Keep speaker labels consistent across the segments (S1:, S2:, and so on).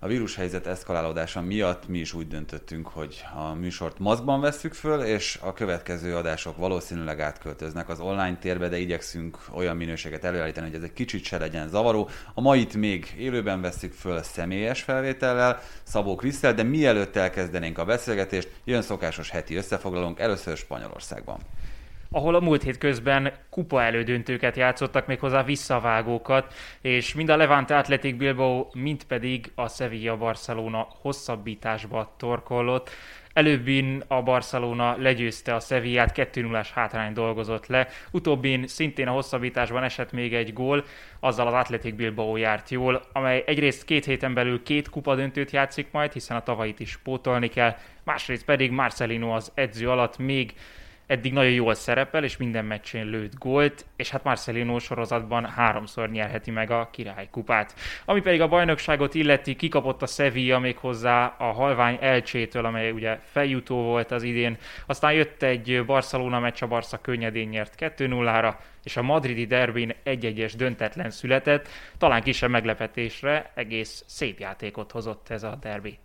S1: A vírushelyzet eszkalálódása miatt mi is úgy döntöttünk, hogy a műsort maszkban vesszük föl, és a következő adások valószínűleg átköltöznek az online térbe, de igyekszünk olyan minőséget előállítani, hogy ez egy kicsit se legyen zavaró. A mait még élőben vesszük föl személyes felvétellel, Szabó Krisztel, de mielőtt elkezdenénk a beszélgetést, jön szokásos heti összefoglalónk, először Spanyolországban.
S2: Ahol a múlt hét közben kupa elődöntőket játszottak, méghozzá visszavágókat, és mind a Levante Athletic Bilbao, mind pedig a Sevilla Barcelona hosszabbításba torkollott. Előbbin a Barcelona legyőzte a Sevillát, 2-0-ás hátrány dolgozott le. Utóbbin szintén a hosszabbításban esett még egy gól, azzal az Athletic Bilbao járt jól, amely egyrészt 2 héten belül 2 kupadöntőt játszik majd, hiszen a tavalyit is pótolni kell, másrészt pedig Marcelino az edző alatt még eddig nagyon jól szerepel, és minden meccsén lőtt gólt, és hát Marcelino sorozatban 3-szor nyerheti meg a királykupát. Ami pedig a bajnokságot illeti, kikapott a Sevilla méghozzá a halvány Elcsétől, amely ugye feljutó volt az idén. Aztán jött egy Barcelona meccs, a Barca könnyedén nyert 2-0-ra, és a madridi derbin 1-1-es döntetlen született. Talán kisebb meglepetésre egész szép játékot hozott ez a derbi.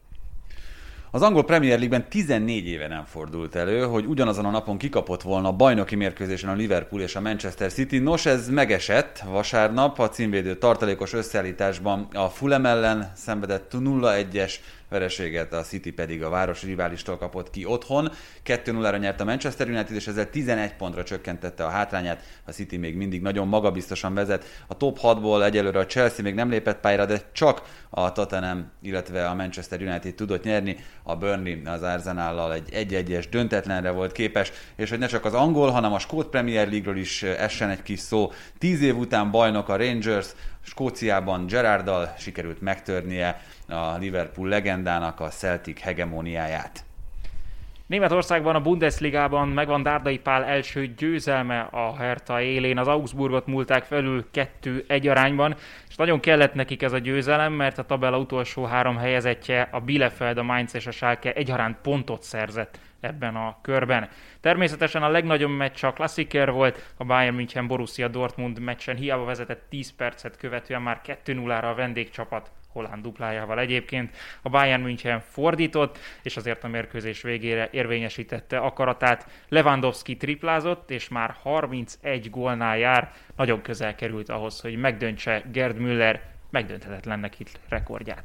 S1: Az angol Premier League-ben 14 éve nem fordult elő, hogy ugyanazon a napon kikapott volna a bajnoki mérkőzésen a Liverpool és a Manchester City. Nos, ez megesett vasárnap a címvédő tartalékos összeállításban a Fulham ellen szenvedett 0-1-es vereséget, a City pedig a városi riválistól kapott ki otthon. 2-0-ra nyert a Manchester United, és ezzel 11 pontra csökkentette a hátrányát. A City még mindig nagyon magabiztosan vezet. A top 6-ból egyelőre a Chelsea még nem lépett pályára, de csak a Tottenham, illetve a Manchester United tudott nyerni. A Burnley az Arsenallal egy 1-1-es döntetlenre volt képes, és hogy ne csak az angol, hanem a skót Premier League-ről is essen egy kis szó. 10 év után bajnok a Rangers, Skóciában Gerrarddal sikerült megtörnie a Liverpool legendának a Celtic hegemóniáját.
S2: Németországban a Bundesligában megvan Dárdai Pál első győzelme a Hertha élén. Az Augsburgot múlták felül 2-1 arányban, és nagyon kellett nekik ez a győzelem, mert a tabella utolsó 3 helyezettje, a Bielefeld, a Mainz és a Schalke egyaránt pontot szerzett ebben a körben. Természetesen a legnagyobb meccs a Klassiker volt, a Bayern München Borussia Dortmund meccsen hiába vezetett 10 percet követően már 2-0-ra a vendégcsapat, holland duplájával egyébként. A Bayern München fordított, és azért a mérkőzés végére érvényesítette akaratát. Lewandowski triplázott, és már 31 gólnál jár. Nagyon közel került ahhoz, hogy megdöntse Gerd Müller megdönthetetlennek hit rekordját.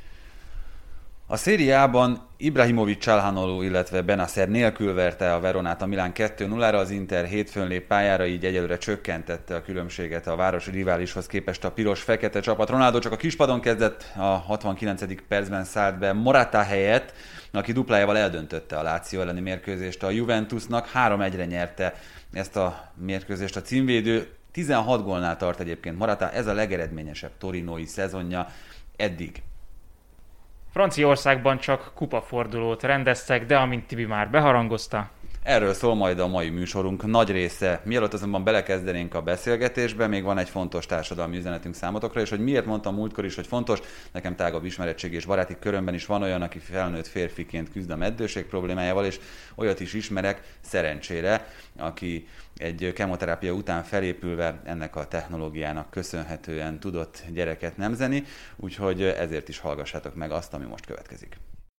S1: A szériában Ibrahimovic, Çalhanoğlu, illetve Benacer nélkül verte a Veronát a Milán 2-0-ra, az Inter hétfőn lép pályára, így egyelőre csökkentette a különbséget a városi riválishoz képest a piros-fekete csapat. Ronaldo csak a kispadon kezdett, a 69. percben szállt be Morata helyett, aki duplájával eldöntötte a Lazio elleni mérkőzést a Juventusnak, 3-1-re nyerte ezt a mérkőzést a címvédő. 16 gólnál tart egyébként Morata, ez a legeredményesebb torinói szezonja eddig.
S2: Franciaországban csak kupafordulót rendeztek, de amint Tibi már beharangozta,
S1: erről szól majd a mai műsorunk nagy része. Mielőtt azonban belekezdenénk a beszélgetésbe, még van egy fontos társadalmi üzenetünk számotokra, és hogy miért mondtam múltkor is, hogy fontos, nekem tágabb ismerettség és baráti körömben is van olyan, aki felnőtt férfiként küzd a meddőség problémájával, és olyat is ismerek, szerencsére, aki egy kemoterápia után felépülve ennek a technológiának köszönhetően tudott gyereket nemzeni, úgyhogy ezért is hallgassátok meg azt, ami most következik.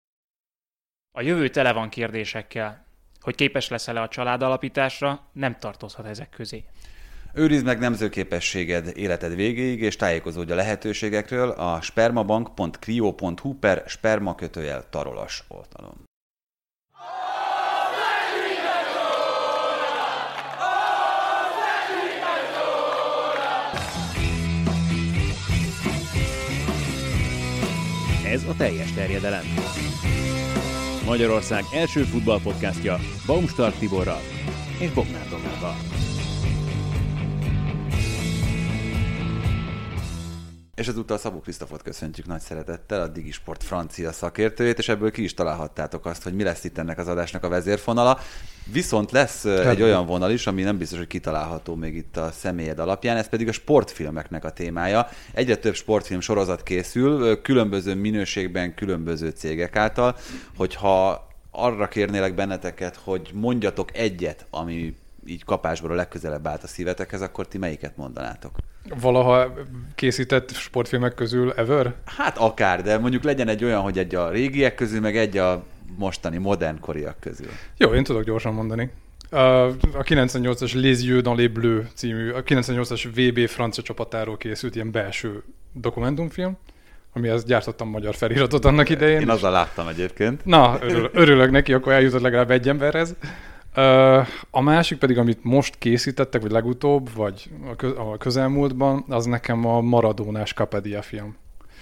S2: A jövő tele van kérdésekkel. Hogy képes leszel-e a családalapításra, nem tartozhat ezek közé.
S1: Őrizd meg nemzőképességed életed végéig, és tájékozódj a lehetőségekről a spermabank.cryo.hu/sperma_tarolas oldalon.
S3: Ez a teljes terjedelem. Magyarország első futballpodcastja Baumstark Tiborral és Bognár Domával.
S1: És ezúttal Szabó Krisztofot köszöntjük nagy szeretettel, a Digisport francia szakértőjét, és ebből ki is találhattátok azt, hogy mi lesz itt ennek az adásnak a vezérfonala. Viszont lesz egy olyan vonal is, ami nem biztos, hogy kitalálható még itt a személyed alapján, ez pedig a sportfilmeknek a témája. Egyre több sportfilm sorozat készül, különböző minőségben, különböző cégek által. Hogyha arra kérnélek benneteket, hogy mondjatok egyet, ami így kapásból a legközelebb állt a szívetekhez, akkor ti melyiket mondanátok?
S4: Valaha készített sportfilmek közül ever?
S1: Hát akár, de mondjuk legyen egy olyan, hogy egy a régiek közül, meg egy a mostani modern koriak közül.
S4: Jó, én tudok gyorsan mondani. A 98-as Les Yeux dans les Bleus című, a 98-as VB francia csapatáról készült ilyen belső dokumentumfilm, amihez gyártottam magyar feliratot annak idején.
S1: Én azzal láttam egyébként.
S4: Na, örülök neki, akkor eljutott legalább egy emberhez. A másik pedig, amit most készítettek, vagy legutóbb, vagy a közelmúltban, az nekem a Maradónás Capadia film.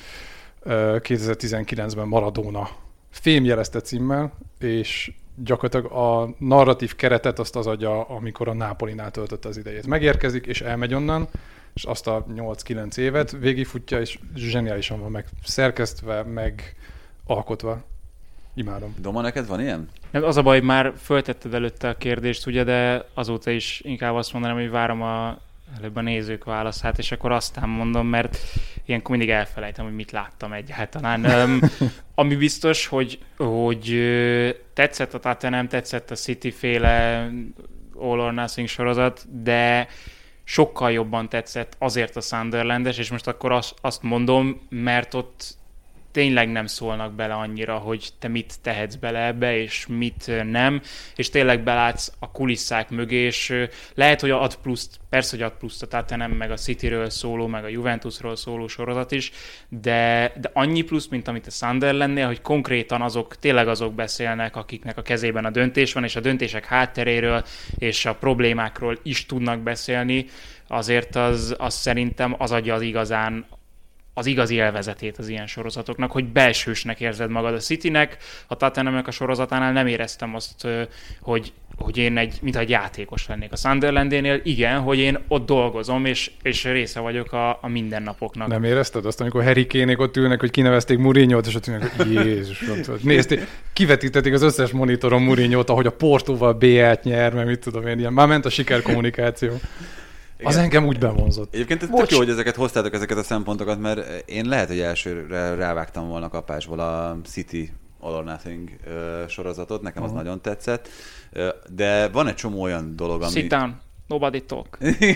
S4: 2019-ben Maradona fémjelezte címmel, és gyakorlatilag a narratív keretet azt az adja, amikor a Nápolinál töltötte az idejét. Megérkezik, és elmegy onnan, és azt a 8-9 évet végigfutja, és zseniálisan van meg szerkesztve, meg alkotva. Imádom.
S1: Doma, neked van ilyen?
S2: Nem, az a baj, már föltetted előtte a kérdést, ugye, de azóta is inkább azt mondanám, hogy várom előbb a nézők válaszát, és akkor aztán mondom, mert ilyenkor mindig elfelejtem, hogy mit láttam egyáltalán. Ami biztos, hogy tetszett a Tottenham, tetszett a City-féle All or Nothing sorozat, de sokkal jobban tetszett azért a Sunderlandes, és most akkor azt mondom, mert ott tényleg nem szólnak bele annyira, hogy te mit tehetsz bele ebbe, és mit nem, és tényleg belátsz a kulisszák mögé, és lehet, hogy ad pluszt, persze, hogy ad pluszt a Tottenham, meg a Cityről szóló, meg a Juventusról szóló sorozat is, de annyi plusz, mint amit a Sunderlandnél, hogy konkrétan tényleg azok beszélnek, akiknek a kezében a döntés van, és a döntések hátteréről és a problémákról is tudnak beszélni, azért az szerintem az adja az igazi élvezetét az ilyen sorozatoknak, hogy belsősnek érzed magad. A Citynek, a Tottenhamnek a sorozatánál nem éreztem azt, hogy én mintha egy játékos lennék. A Sunderlandénél igen, hogy én ott dolgozom, és része vagyok a mindennapoknak.
S4: Nem érezted azt, amikor Harry Kane-ék ott ülnek, hogy kinevezték Mourinho-t, és ott ülnek, hogy Jézus, nézték, kivetítették az összes monitoron Mourinho-t, ahogy a Portóval BL-t nyer, mert mit tudom én, ilyen. Már ment a sikerkommunikáció. Igen. Az engem úgy bevonzott.
S1: Egyébként ez tök jó, hogy ezeket hoztátok, ezeket a szempontokat, mert én lehet, hogy elsőre rávágtam volna kapásból a City All or Nothing sorozatot, nekem az nagyon tetszett, de van egy csomó olyan dolog, ami...
S2: Sit down, nobody talk.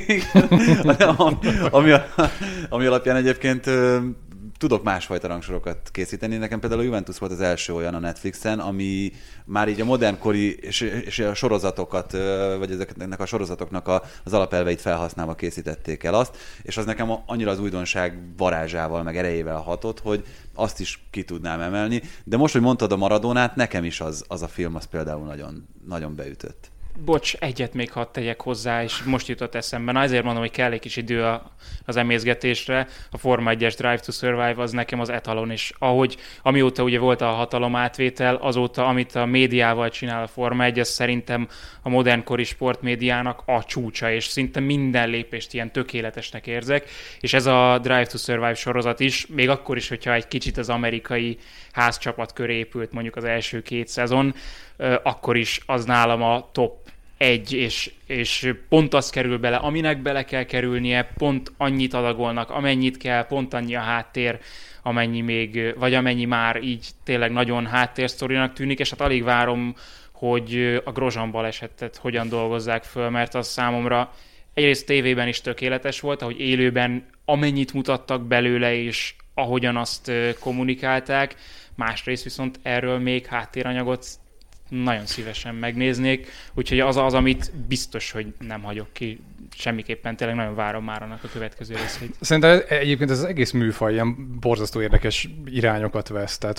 S1: ami alapján egyébként tudok másfajta rangsorokat készíteni. Nekem például a Juventus volt az első olyan a Netflixen, ami már így a modernkori és a sorozatokat, vagy ezeknek a sorozatoknak az alapelveit felhasználva készítették el azt, és az nekem annyira az újdonság varázsával, meg erejével hatott, hogy azt is ki tudnám emelni. De most, hogy mondtad a Maradónát, nekem is az a film az például nagyon, nagyon beütött.
S2: Bocs, egyet még hadd tegyek hozzá, és most jutott eszembe. Na, ezért mondom, hogy kell egy kis idő az emészgetésre. A Forma 1-es Drive to Survive az nekem az etalon, és amióta ugye volt a hatalomátvétel, azóta, amit a médiával csinál a Forma 1, az szerintem a modernkori sportmédiának a csúcsa, és szinte minden lépést ilyen tökéletesnek érzek, és ez a Drive to Survive sorozat is, még akkor is, hogyha egy kicsit az amerikai házcsapat köré épült mondjuk az első 2 szezon, akkor is az nálam a top 1, és pont az kerül bele, aminek bele kell kerülnie, pont annyit adagolnak, amennyit kell, pont annyi a háttér, amennyi már így tényleg nagyon háttérsztorinak tűnik, és hát alig várom, hogy a Grosjean balesetet hogyan dolgozzák föl, mert az számomra egyrészt tévében is tökéletes volt, ahogy élőben amennyit mutattak belőle, és ahogyan azt kommunikálták, másrészt viszont erről még háttéranyagot nagyon szívesen megnéznék, úgyhogy az, amit biztos, hogy nem hagyok ki, semmiképpen tényleg nagyon várom már annak a következő részét.
S4: Szerintem egyébként ez az egész műfaj ilyen borzasztó érdekes irányokat vesz, tehát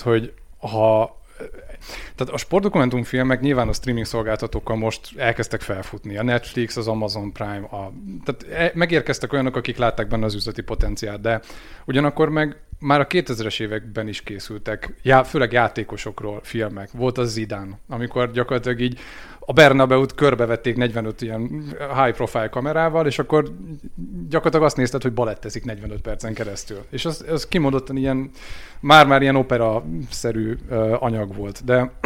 S4: tehát a sportdokumentumfilmek nyilván a streaming szolgáltatókkal most elkezdtek felfutni. A Netflix, az Amazon Prime, tehát megérkeztek olyanok, akik látták benne az üzleti potenciált, de ugyanakkor meg már a 2000-es években is készültek, főleg játékosokról filmek. Volt az Zidane, amikor gyakorlatilag így a Bernabeut körbevették 45 ilyen high profile kamerával, és akkor gyakorlatilag azt nézted, hogy balettezik 45 percen keresztül. És az kimondottan ilyen, már ilyen opera-szerű anyag volt.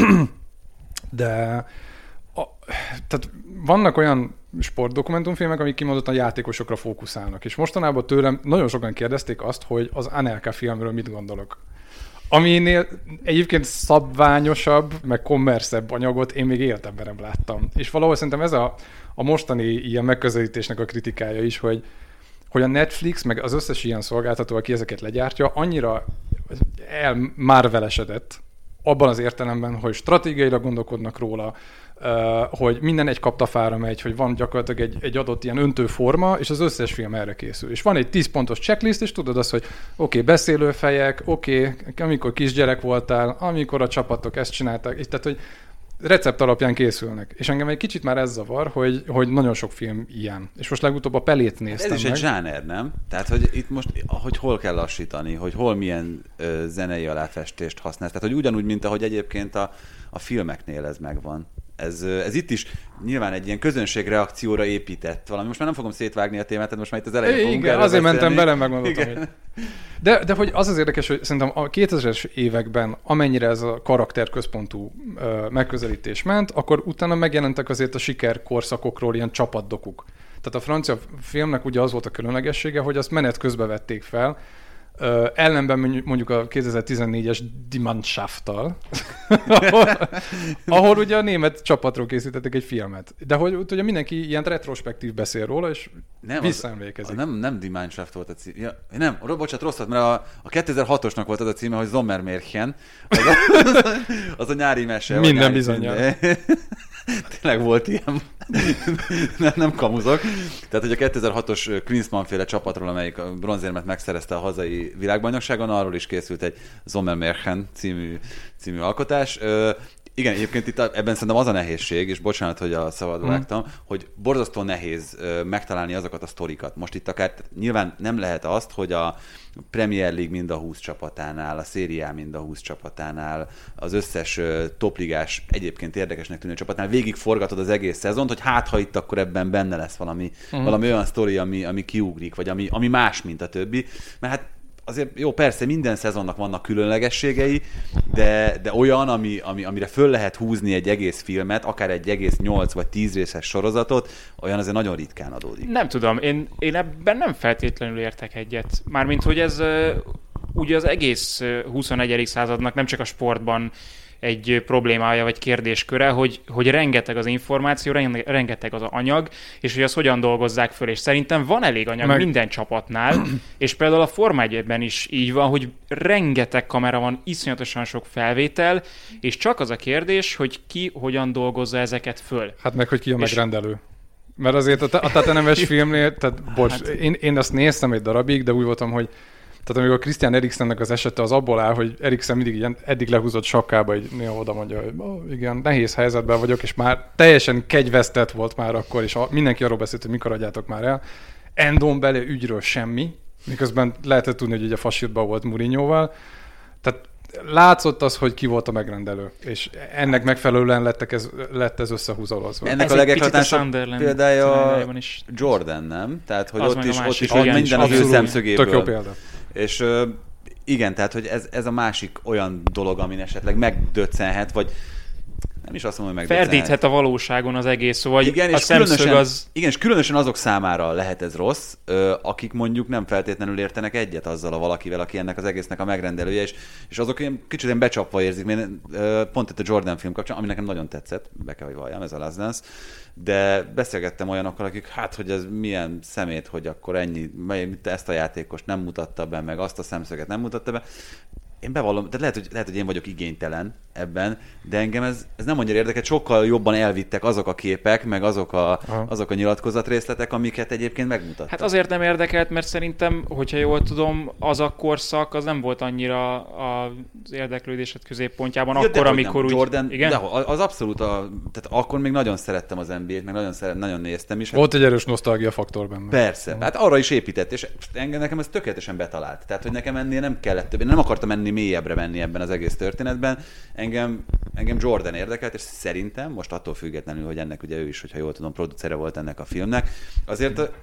S4: Tehát vannak olyan sportdokumentumfilmek, amik kimondottan játékosokra fókuszálnak. És mostanában tőlem nagyon sokan kérdezték azt, hogy az Anelka filmről mit gondolok. Aminél egyébként szabványosabb, meg kommerszebb anyagot én még életemben nem láttam. És valahol szerintem ez a mostani ilyen megközelítésnek a kritikája is, hogy hogy a Netflix, meg az összes ilyen szolgáltató, aki ezeket legyártja, annyira elmárvelesedett abban az értelemben, hogy stratégiailag gondolkodnak róla, hogy minden egy kaptafára megy, hogy van gyakorlatilag egy adott ilyen öntőforma, és az összes film erre készül. És van egy 10 pontos checklist, és tudod azt, hogy oké, beszélőfejek, amikor kisgyerek voltál, amikor a csapatok ezt csinálták, és tehát, hogy recept alapján készülnek. És engem egy kicsit már ez zavar, hogy nagyon sok film ilyen. És most legutóbb a Pelét néztem
S1: Ez is
S4: meg.
S1: egy zsáner, nem? Tehát, hogy itt most, hogy hol kell lassítani, hogy hol milyen zenei aláfestést használsz. Tehát, hogy ugyanúgy, mint ahogy egyébként a filmeknél ez megvan. Ez itt is nyilván egy ilyen közönségreakcióra épített valami. Most már nem fogom szétvágni a témát, tehát most már itt az elején fogunk
S4: igen, azért
S1: beszélni.
S4: mentem bele, megmondottam, hogy... De hogy az érdekes, hogy szerintem a 2000-es években, amennyire ez a karakterközpontú megközelítés ment, akkor utána megjelentek azért a sikerkorszakokról ilyen csapatdokuk. Tehát a francia filmnek ugye az volt a különlegessége, hogy azt menet közben vették fel, ellenben mondjuk a 2014-es Die Mannschafttal, ahol ugye a német csapatról készítettek egy filmet. De hogy ugye mindenki ilyen retrospektív beszél róla, és visszaemlékezik.
S1: Nem Die Mannschaft volt a cím. Ja, nem, bocsánat, rossz volt, mert a 2006-osnak volt az a címe, hogy Sommermärchen. Az a nyári mese.
S4: Minden bizonnyal.
S1: Tényleg volt ilyen. nem kamuzok. Tehát, hogy a 2006-os Klinsmann-féle csapatról, amelyik a bronzérmet megszerezte a hazai világbajnokságon, arról is készült egy Sommermärchen című alkotás. Igen, egyébként itt ebben szerintem az a nehézség, és bocsánat, hogy a szabadba vágtam, hogy borzasztó nehéz megtalálni azokat a sztorikat. Most itt akár nyilván nem lehet azt, hogy a Premier League mind a 20 csapatánál, a Serie A mind a 20 csapatánál, az összes topligás egyébként érdekesnek tűnő csapatnál végig forgatod az egész szezont, hogy hát ha itt akkor ebben benne lesz valami olyan sztori, ami kiugrik, vagy ami más, mint a többi. Mert hát azért jó, persze minden szezonnak vannak különlegességei, de olyan, amire föl lehet húzni egy egész filmet, akár egy egész 8 vagy 10 részes sorozatot, olyan azért nagyon ritkán adódik.
S2: Nem tudom, én ebben nem feltétlenül értek egyet. Mármint, hogy ez ugye az egész 21. századnak nem csak a sportban egy problémája vagy kérdésköre, hogy rengeteg az információ, rengeteg az anyag, és hogy azt hogyan dolgozzák föl. És szerintem van elég anyag minden csapatnál, és például a Forma 1-ben is így van, hogy rengeteg kamera van, iszonyatosan sok felvétel, és csak az a kérdés, hogy ki hogyan dolgozza ezeket föl.
S4: Hát meg, hogy ki a megrendelő. Mert azért a Tatenemes filmnél, tehát bocs, hát... én azt néztem egy darabig, de úgy voltam, hogy tehát amikor Christian Eriksennek az esete az abból áll, hogy Eriksen mindig ilyen eddig lehúzott sapkába, így néha oda mondja, hogy igen, nehéz helyzetben vagyok, és már teljesen kegyvesztett volt már akkor, és mindenki arról beszélt, hogy mikor adjátok már el. Endon belé ügyről semmi, miközben lehetett tudni, hogy ugye fasírban volt Mourinhoval. Tehát látszott az, hogy ki volt a megrendelő, és ennek megfelelően lett ez összehúzolozva.
S1: Ennek a legeklatásabb példája Jordan, nem? Tehát, hogy ott is minden az ő szemszögéből.
S4: Tök jó példa.
S1: És igen, tehát, hogy ez a másik olyan dolog, amin esetleg megdöccenhet, vagy nem is azt mondom, hogy megdöccenhet.
S2: Ferdíthet a valóságon az egész, szóval
S1: igen,
S2: a szemszög az...
S1: Igen, és különösen azok számára lehet ez rossz, akik mondjuk nem feltétlenül értenek egyet azzal a valakivel, aki ennek az egésznek a megrendelője, és azok ilyen kicsit ilyen becsapva érzik. Pont itt a Jordan film kapcsán, ami nekem nagyon tetszett, be kell, hogy valljam, ez a Last Dance, de beszélgettem olyanokkal, akik hát, hogy ez milyen szemét, hogy akkor ennyi, ezt a játékost nem mutatta be, meg azt a szemszöget nem mutatta be. Én bevallom, de lehet, hogy én vagyok igénytelen ebben, de engem ez nem annyira érdekel, sokkal jobban elvittek azok a képek, meg azok a nyilatkozatrészletek, amiket egyébként megmutattak.
S2: Hát azért nem érdekelt, mert szerintem, hogyha jól tudom, az a korszak az nem volt annyira az érdeklődésed középpontjában, ja, akkor, amikor úgy...
S1: Jordan, igen? De az abszolút, tehát akkor még nagyon szerettem az NBA-t, meg nagyon néztem is.
S4: Volt egy erős nosztalgia faktor benne.
S1: Persze, hát arra is épített, és nekem ez tökéletesen betalált. Tehát, hogy nekem ennél nem kellett több, én nem akartam ennél mélyebbre menni ebben az egész történetben. Engem Jordan érdekelt, és szerintem, most attól függetlenül, hogy ennek ugye ő is, hogyha jól tudom, producere volt ennek a filmnek, azért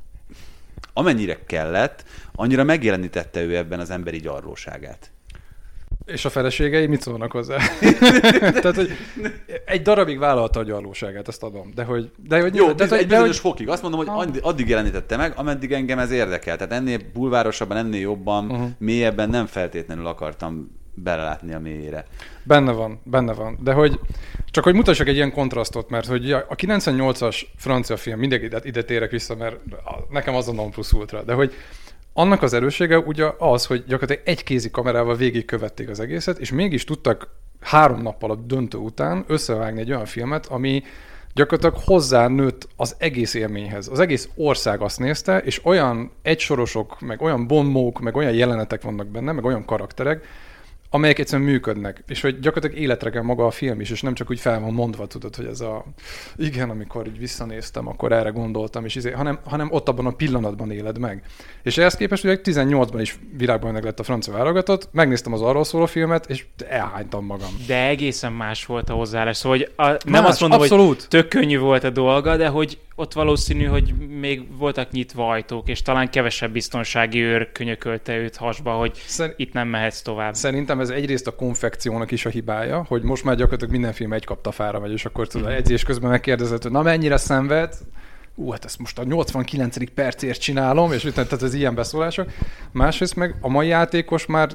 S1: amennyire kellett, annyira megjelenítette ő ebben az emberi gyarlóságát.
S4: És a feleségei mit szólnak hozzá? Tehát, hogy egy darabig vállalta a gyarlóságát, azt adom. De hogy
S1: jó, egy bizonyos fokig. Azt mondom, hogy addig jelenítette meg, ameddig engem ez érdekel. Tehát ennél bulvárosabban, ennél jobban, mélyebben nem feltétlenül akartam belelátni a mélyére.
S4: Benne van. De hogy csak hogy mutassak egy ilyen kontrasztot, mert hogy a 98-as francia film, mindig ide térek vissza, mert nekem az a non plus ultra, de hogy annak az erőssége ugye az, hogy gyakorlatilag egy kézi kamerával végigkövették az egészet, és mégis tudtak 3 nappal a döntő után összevágni egy olyan filmet, ami gyakorlatilag hozzánőtt az egész élményhez. Az egész ország azt nézte, és olyan egysorosok, meg olyan bombók, meg olyan jelenetek vannak benne, meg olyan karakterek, amelyek egyszerűen működnek, és hogy gyakorlatilag életre kell maga a film is, és nem csak úgy fel van mondva, tudod, hogy ez igen, amikor így visszanéztem, akkor erre gondoltam, és hanem ott abban a pillanatban éled meg. És ehhez képest ugye 18-ban is világbajnok lett a francia válogatott, megnéztem az arról szóló filmet, és elhánytam magam.
S2: De egészen más volt a hozzáállás, szóval hogy nem azt mondom,
S4: abszolút.
S2: Hogy tök könnyű volt a dolga, de hogy ott valószínű, hogy még voltak nyitva ajtók, és talán kevesebb biztonsági őr könyökölte őt hasba, hogy itt nem mehetsz tovább.
S4: Szerintem ez egyrészt a konfekciónak is a hibája, hogy most már gyakorlatilag minden film egy kaptafára megy, és akkor tudod, edzés közben megkérdezett, hogy na mennyire szenved, hát ezt most a 89. percért csinálom, és tehát ez ilyen beszólások. Másrészt meg a mai játékos már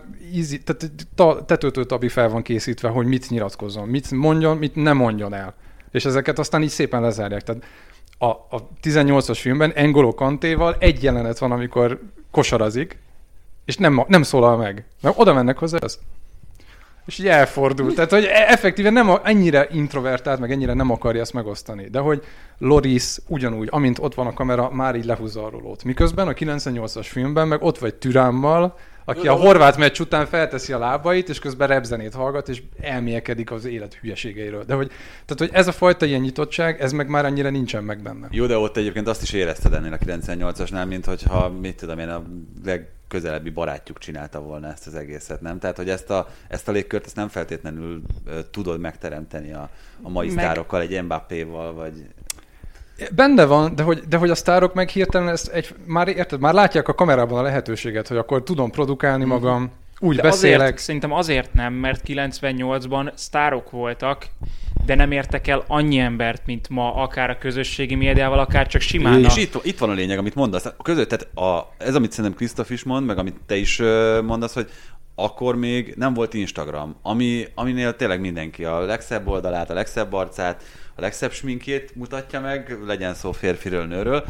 S4: tehát tetőtől tabi fel van készítve, hogy mit nyilatkozzon, mit mondjon, mit nem mondjon el. És ezeket aztán így szépen lezárják. Tehát a 18-as filmben N'Golo Kantéval egy jelenet van, amikor kosarazik, és nem szólal meg. Mert oda mennek hozzá, és így elfordul. Tehát, hogy effektíven nem ennyire introvertált, meg ennyire nem akarja ezt megosztani. De hogy Loris ugyanúgy, amint ott van a kamera, már így lehúzza a rolót. Miközben a 98-as filmben meg ott vagy Türámmal, aki a horvát meccs után felteszi a lábait, és közben repzenét hallgat, és elmélkedik az élet hülyeségeiről. De hogy ez a fajta ilyen nyitottság, ez meg már annyira nincsen meg benne.
S1: Jó, de ott egyébként azt is érezted ennél a 98-asnál, mint hogyha, mit tudom én, a legközelebbi barátjuk csinálta volna ezt az egészet, nem? Tehát, hogy ezt a légkört ezt nem feltétlenül tudod megteremteni a mai sztárokkal, egy Mbappéval, vagy...
S4: Benne van, de hogy a sztárok meg hirtelen ezt már látják a kamerában a lehetőséget, hogy akkor tudom produkálni magam, úgy
S2: de
S4: beszélek.
S2: Szerintem azért nem, mert 98-ban sztárok voltak, de nem értek el annyi embert, mint ma, akár a közösségi médiával, akár csak simán.
S1: És itt van a lényeg, amit mondasz. Tehát ez, amit szerintem Krisztof is mond, meg amit te is mondasz, hogy akkor még nem volt Instagram, aminél tényleg mindenki a legszebb oldalát, a legszebb arcát, a legszebb sminkjét mutatja meg, legyen szó férfiről, nőről,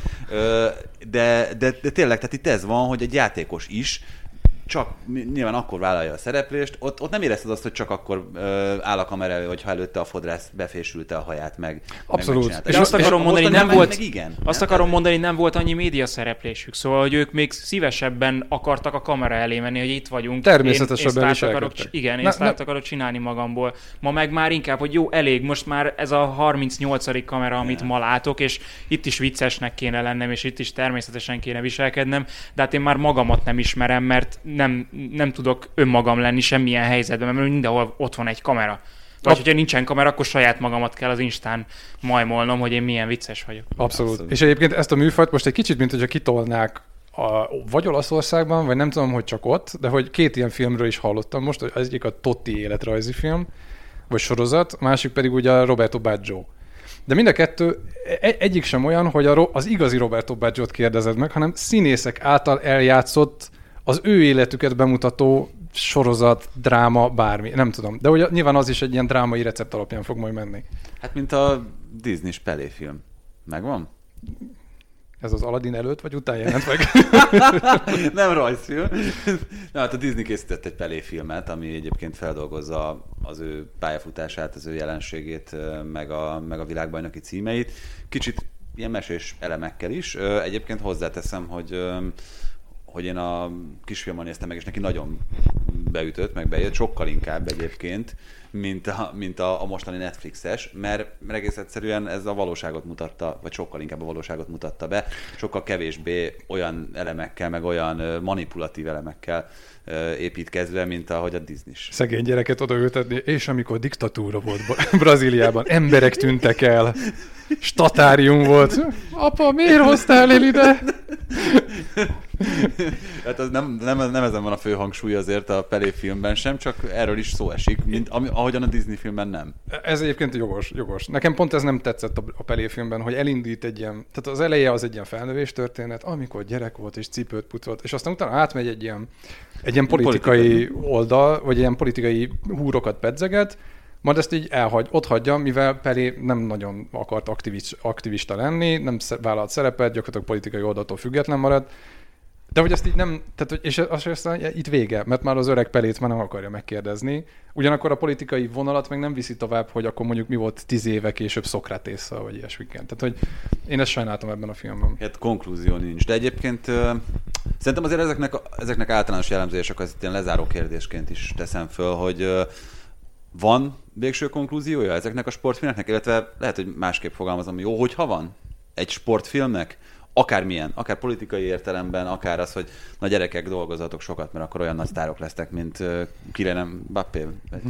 S1: de tényleg, tehát itt ez van, hogy egy játékos is csak nyilván akkor vállalja a szereplést, ott nem érezted azt, hogy csak akkor áll a kamera elő, hogyha előtte a fodrász befésülte a haját meg.
S4: Abszolút.
S2: És azt akarom mondani, nem volt annyi média szereplésük, szóval, hogy ők még szívesebben akartak a kamera elé menni, hogy itt vagyunk.
S4: Természetesebben is
S2: igen, én sztárt akarok csinálni magamból. Ma meg már inkább, hogy jó, elég, most már ez a 38. kamera, amit ma látok, és itt is viccesnek kéne lennem, és itt is természetesen kéne viselkednem, de hát én már magamat nem ismerem, mert nem tudok önmagam lenni semmilyen helyzetben, mert mindenhol ott van egy kamera. Vagy hogyha nincsen kamera, akkor saját magamat kell az Instán majmolnom, hogy én milyen vicces vagyok.
S4: Abszolút. És egyébként ezt a műfajt most egy kicsit, mint hogyha kitolnák vagy Olaszországban, vagy nem tudom, hogy csak ott, de hogy 2 ilyen filmről is hallottam most, hogy az egyik a Totti életrajzi film, vagy sorozat, a másik pedig ugye a Roberto Baggio. De mind a kettő egyik sem olyan, hogy az igazi Roberto Baggiot kérdezed meg, hanem színészek által eljátszott az ő életüket bemutató sorozat, dráma, bármi, nem tudom. De ugye nyilván az is egy ilyen drámai recept alapján fog majd menni.
S1: Hát mint a Disney-s Pelé film. Megvan?
S4: Ez az Aladdin előtt vagy után jelent meg?
S1: Nem rajzfilm. Na, hát a Disney készített egy Pelé filmet, ami egyébként feldolgozza az ő pályafutását, az ő jelenségét, meg a világbajnoki címeit. Kicsit ilyen mesés elemekkel is. Egyébként hozzáteszem, hogy én a kisfilmmal néztem meg, és neki nagyon beütött, meg bejött, sokkal inkább egyébként, mint a mostani Netflixes, mert egész egyszerűen ez a valóságot mutatta, vagy sokkal inkább a valóságot mutatta be, sokkal kevésbé olyan elemekkel, meg olyan manipulatív elemekkel építkezve, mint ahogy a Disney-s.
S4: Szegény gyereket odaültetni, és amikor diktatúra volt Brazíliában, emberek tűntek el. statárium volt. Apa, miért hoztál én ide?
S1: Hát az nem ezen van a fő hangsúly azért a Pelé filmben sem, csak erről is szó esik, mint ahogyan a Disney filmben nem.
S4: Ez egyébként jogos. Nekem pont ez nem tetszett a Pelé filmben, hogy elindít egy ilyen, tehát az eleje az egy ilyen felnövés történet, amikor gyerek volt és cipőt pucolt, és aztán utána átmegy egy ilyen politikai oldal, vagy ilyen politikai húrokat pedzeget, majd ezt így ott hagyja, mivel Pelé nem nagyon akart aktivista lenni, nem vállalt szerepet, gyakorlatilag politikai oldaltól független maradt. De hogy ezt így nem, tehát, és aztán itt vége, mert már az öreg Pelét már nem akarja megkérdezni. Ugyanakkor a politikai vonalat meg nem viszi tovább, hogy akkor mondjuk mi volt 10 éve később Szokratésszal, vagy ilyesmiként. Tehát, hogy én ezt sajnáltam ebben a filmben.
S1: Hát konklúzió nincs. De egyébként szerintem azért ezeknek általános jellemzések az itt ilyen lezáró kérdésként is teszem föl, hogy van végső konklúziója ezeknek a sportfilmeknek, illetve lehet, hogy másképp fogalmazom, jó, hogyha van egy sportfilmnek, akármilyen, akár politikai értelemben, akár az, hogy na gyerekek, dolgozatok sokat, mert akkor olyan nagy sztárok lesznek, mint Kylian Mbappé.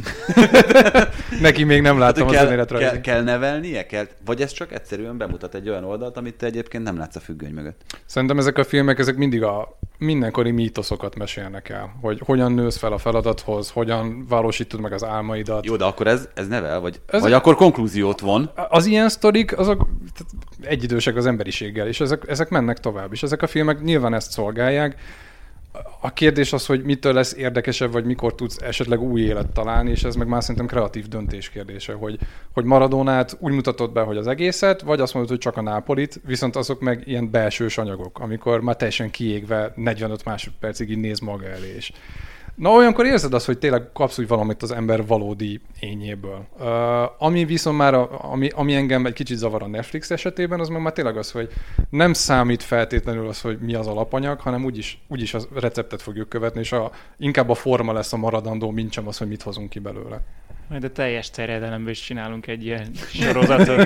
S4: Neki még nem látom az önéletrajzát.
S1: Kell nevelnie? Vagy ez csak egyszerűen bemutat egy olyan oldalt, amit te egyébként nem látsz a függöny mögött?
S4: Szerintem ezek a filmek, ezek mindig a mindenkori mítoszokat mesélnek el, hogy hogyan nősz fel a feladathoz, hogyan valósítod meg az álmaidat.
S1: Jó, de akkor ez nevel, vagy akkor konklúziót von?
S4: Az ilyen sztorik, azok egyidősek az emberiséggel, és ezek mennek tovább, és ezek a filmek nyilván ezt szolgálják. A kérdés az, hogy mitől lesz érdekesebb, vagy mikor tudsz esetleg új élet találni, és ez meg már szerintem kreatív döntés kérdése, hogy Maradónát úgy mutatod be, hogy az egészet, vagy azt mondod, hogy csak a Nápolit, viszont azok meg ilyen belsős anyagok, amikor már teljesen kiégve 45 másodpercig így néz maga elé is. Na, olyankor érzed azt, hogy tényleg kapsz úgy valamit az ember valódi ényéből. Ami viszont már, ami engem egy kicsit zavar a Netflix esetében, az meg már tényleg az, hogy nem számít feltétlenül az, hogy mi az alapanyag, hanem úgyis a receptet fogjuk követni, és inkább a forma lesz a maradandó, mint sem az, hogy mit hozunk ki belőle.
S2: Majd a teljes terjedelemből is csinálunk egy ilyen sorozatot.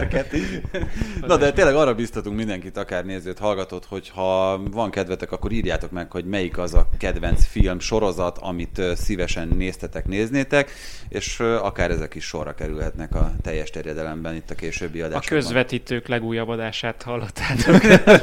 S1: Na de tényleg arra biztatunk mindenkit, akár nézőt, hallgatót, hogy ha van kedvetek, akkor írjátok meg, hogy melyik az a kedvenc film, sorozat, amit szívesen néztetek, néznétek, és akár ezek is sorra kerülhetnek a teljes terjedelemben itt a későbbi adásokban.
S2: A közvetítők legújabb adását hallottátok.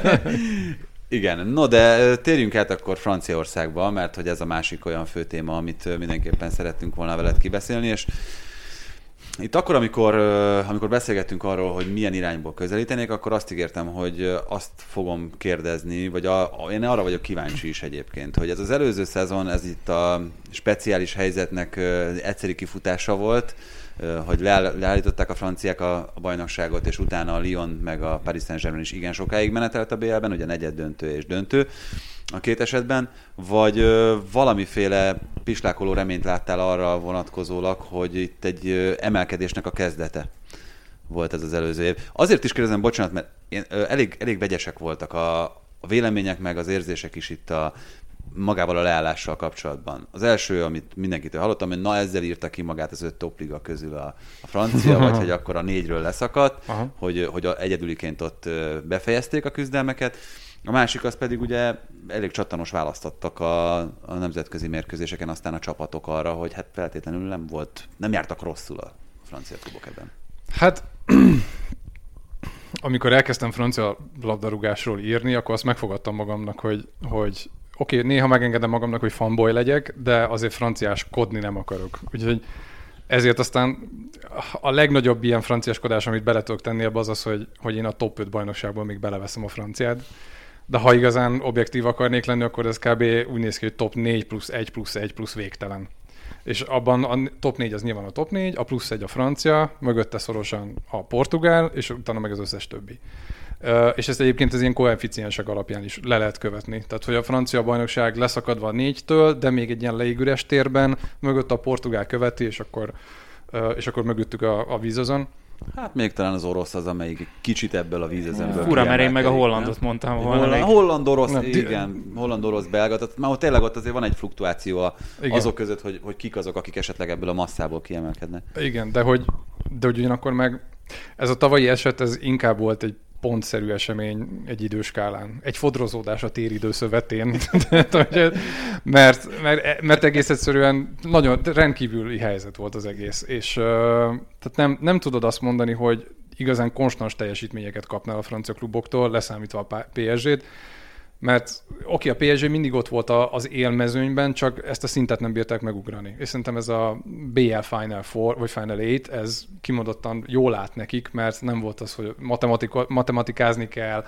S1: Igen, no de térjünk át akkor Franciaországba, mert hogy ez a másik olyan fő téma, amit mindenképpen szerettünk volna veled kibeszélni, és itt akkor, amikor beszélgettünk arról, hogy milyen irányból közelítenék, akkor azt ígértem, hogy azt fogom kérdezni, vagy én arra vagyok kíváncsi is egyébként, hogy ez az előző szezon, ez itt a speciális helyzetnek egyszeri kifutása volt, hogy leállították a franciák a bajnokságot, és utána a Lyon meg a Paris Saint-Germain is igen sokáig menetelt a BL-ben, ugye negyeddöntő és döntő a két esetben, vagy valamiféle pislákoló reményt láttál arra vonatkozólag, hogy itt egy emelkedésnek a kezdete volt ez az előző év. Azért is kérdezem, bocsánat, mert elég vegyesek voltak a vélemények, meg az érzések is itt magával a leállással kapcsolatban. Az első, amit mindenkitől hallottam, hogy na ezzel írta ki magát az 5 topliga közül a francia, vagy hogy akkor a 4-ről leszakadt, hogy egyedüliként ott befejezték a küzdelmeket. A másik az pedig ugye elég csattanos választottak a nemzetközi mérkőzéseken aztán a csapatok arra, hogy hát feltétlenül nem jártak rosszul a francia klubok ebben.
S4: Hát amikor elkezdtem francia labdarúgásról írni, akkor azt megfogadtam magamnak, hogy oké, néha megengedem magamnak, hogy fanboy legyek, de azért franciáskodni nem akarok. Úgyhogy ezért aztán a legnagyobb ilyen franciáskodás, amit bele tudok tenni ebbe az, hogy én a top 5 bajnokságból még beleveszem a franciát. De ha igazán objektív akarnék lenni, akkor ez kb. Úgy néz ki, hogy top 4 plusz 1 plusz 1 plusz végtelen. És abban a top 4 az nyilván a top 4, a plusz 1 a francia, mögötte szorosan a portugál, és utána meg az összes többi. És ezt egyébként az ilyen koeficiensek alapján is le lehet követni. Tehát, hogy a francia bajnokság leszakadva a 4-től, de még egy ilyen légüres térben, mögött a portugál követi, és akkor mögöttük a vízözön.
S1: Hát még talán az orosz az, amelyik kicsit ebből a vízezemből.
S2: Fura, mert én meg a hollandot mondtam volna.
S1: Holland-orosz, igen. Holland-orosz-belga. Tehát már tényleg ott azért van egy fluktuáció azok között, hogy kik azok, akik esetleg ebből a masszából kiemelkednek.
S4: Igen, de hogy ugyanakkor meg ez a tavalyi eset, ez inkább volt egy pontszerű esemény egy időskálán. Egy fodrozódás a téridő szövetén. mert egész egyszerűen nagyon rendkívüli helyzet volt az egész. És tehát nem tudod azt mondani, hogy igazán konstans teljesítményeket kapnál a francia kluboktól, leszámítva a PSG-t, mert oké, a PSG mindig ott volt az élmezőnyben, csak ezt a szintet nem bírták megugrani. És szerintem ez a BL Final 4, vagy Final 8, ez kimondottan jól állt nekik, mert nem volt az, hogy matematikázni kell,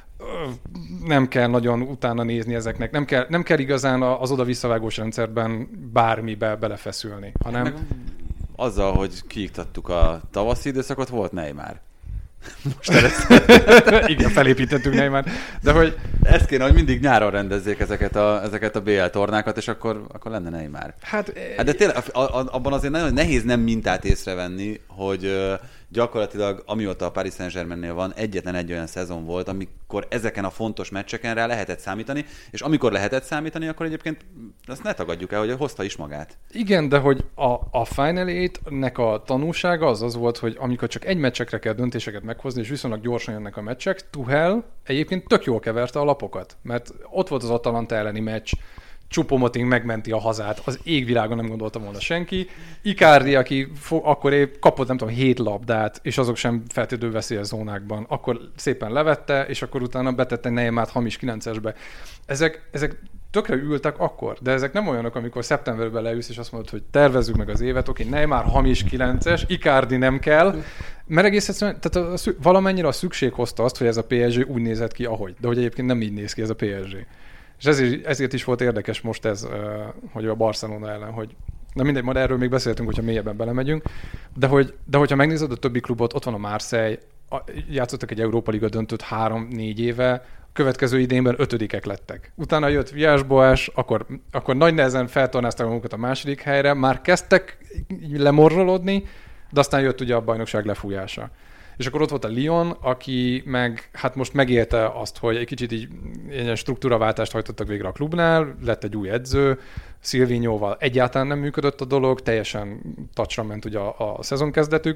S4: nem kell nagyon utána nézni ezeknek, nem kell igazán az oda-visszavágós rendszerben bármibe belefeszülni, hanem...
S1: Azzal, hogy kiiktattuk a tavaszi időszakot, volt Neymar.
S4: Most igen, felépítettük Neymar. De hogy...
S1: Ezt kéne, hogy mindig nyáron rendezzék ezeket a BL tornákat, és akkor lenne Neymar. Hát de tényleg abban azért nagyon nehéz nem mintát észrevenni, hogy gyakorlatilag amióta a Paris Saint-Germainnél van, egyetlen egy olyan szezon volt, amikor ezeken a fontos meccseken rá lehetett számítani, és amikor lehetett számítani, akkor egyébként azt ne tagadjuk el, hogy hozta is magát.
S4: Igen, de hogy a Final 8-nek a tanulsága az volt, hogy amikor csak egy meccsekre kell döntéseket meghozni, és viszonylag gyorsan jönnek a meccsek, Tuchel egyébként tök jól keverte a lapokat, mert ott volt az Atalanta elleni meccs, Choupo-Moting megmenti a hazát, az égvilágon nem gondolta volna senki. Icardi, aki akkor épp kapott, nem tudom, 7 labdát, és azok sem feltétlenül veszélyes zónákban, akkor szépen levette, és akkor utána betette Neymart hamis 9-esbe. Ezek tökre ültek akkor, de ezek nem olyanok, amikor szeptemberben leülsz, és azt mondod, hogy tervezzük meg az évet, oké, Neymar hamis 9-es, Icardi nem kell, mert egész egyszerűen, tehát valamennyire a szükség hozta azt, hogy ez a PSG úgy nézett ki, ahogy, de hogy egyébként nem így néz ki ez a PSG. És ezért is volt érdekes most ez, hogy a Barcelona ellen, hogy na mindegy, majd erről még beszéltünk, hogyha mélyebben belemegyünk, de hogyha megnézed a többi klubot, ott van a Marseille, játszottak egy Európa Liga döntőt 3-4 éve, következő idénben 5-ek lettek. Utána jött Villas-Boas, akkor nagy nehezen feltornázták magukat a második helyre, már kezdtek lemorrolódni, de aztán jött ugye a bajnokság lefújása. És akkor ott volt a Lyon, aki meg, hát most megélte azt, hogy egy kicsit így ilyen struktúraváltást hajtottak végre a klubnál, lett egy új edző, Silvinhoval egyáltalán nem működött a dolog, teljesen tacsra ment ugye a szezonkezdetük.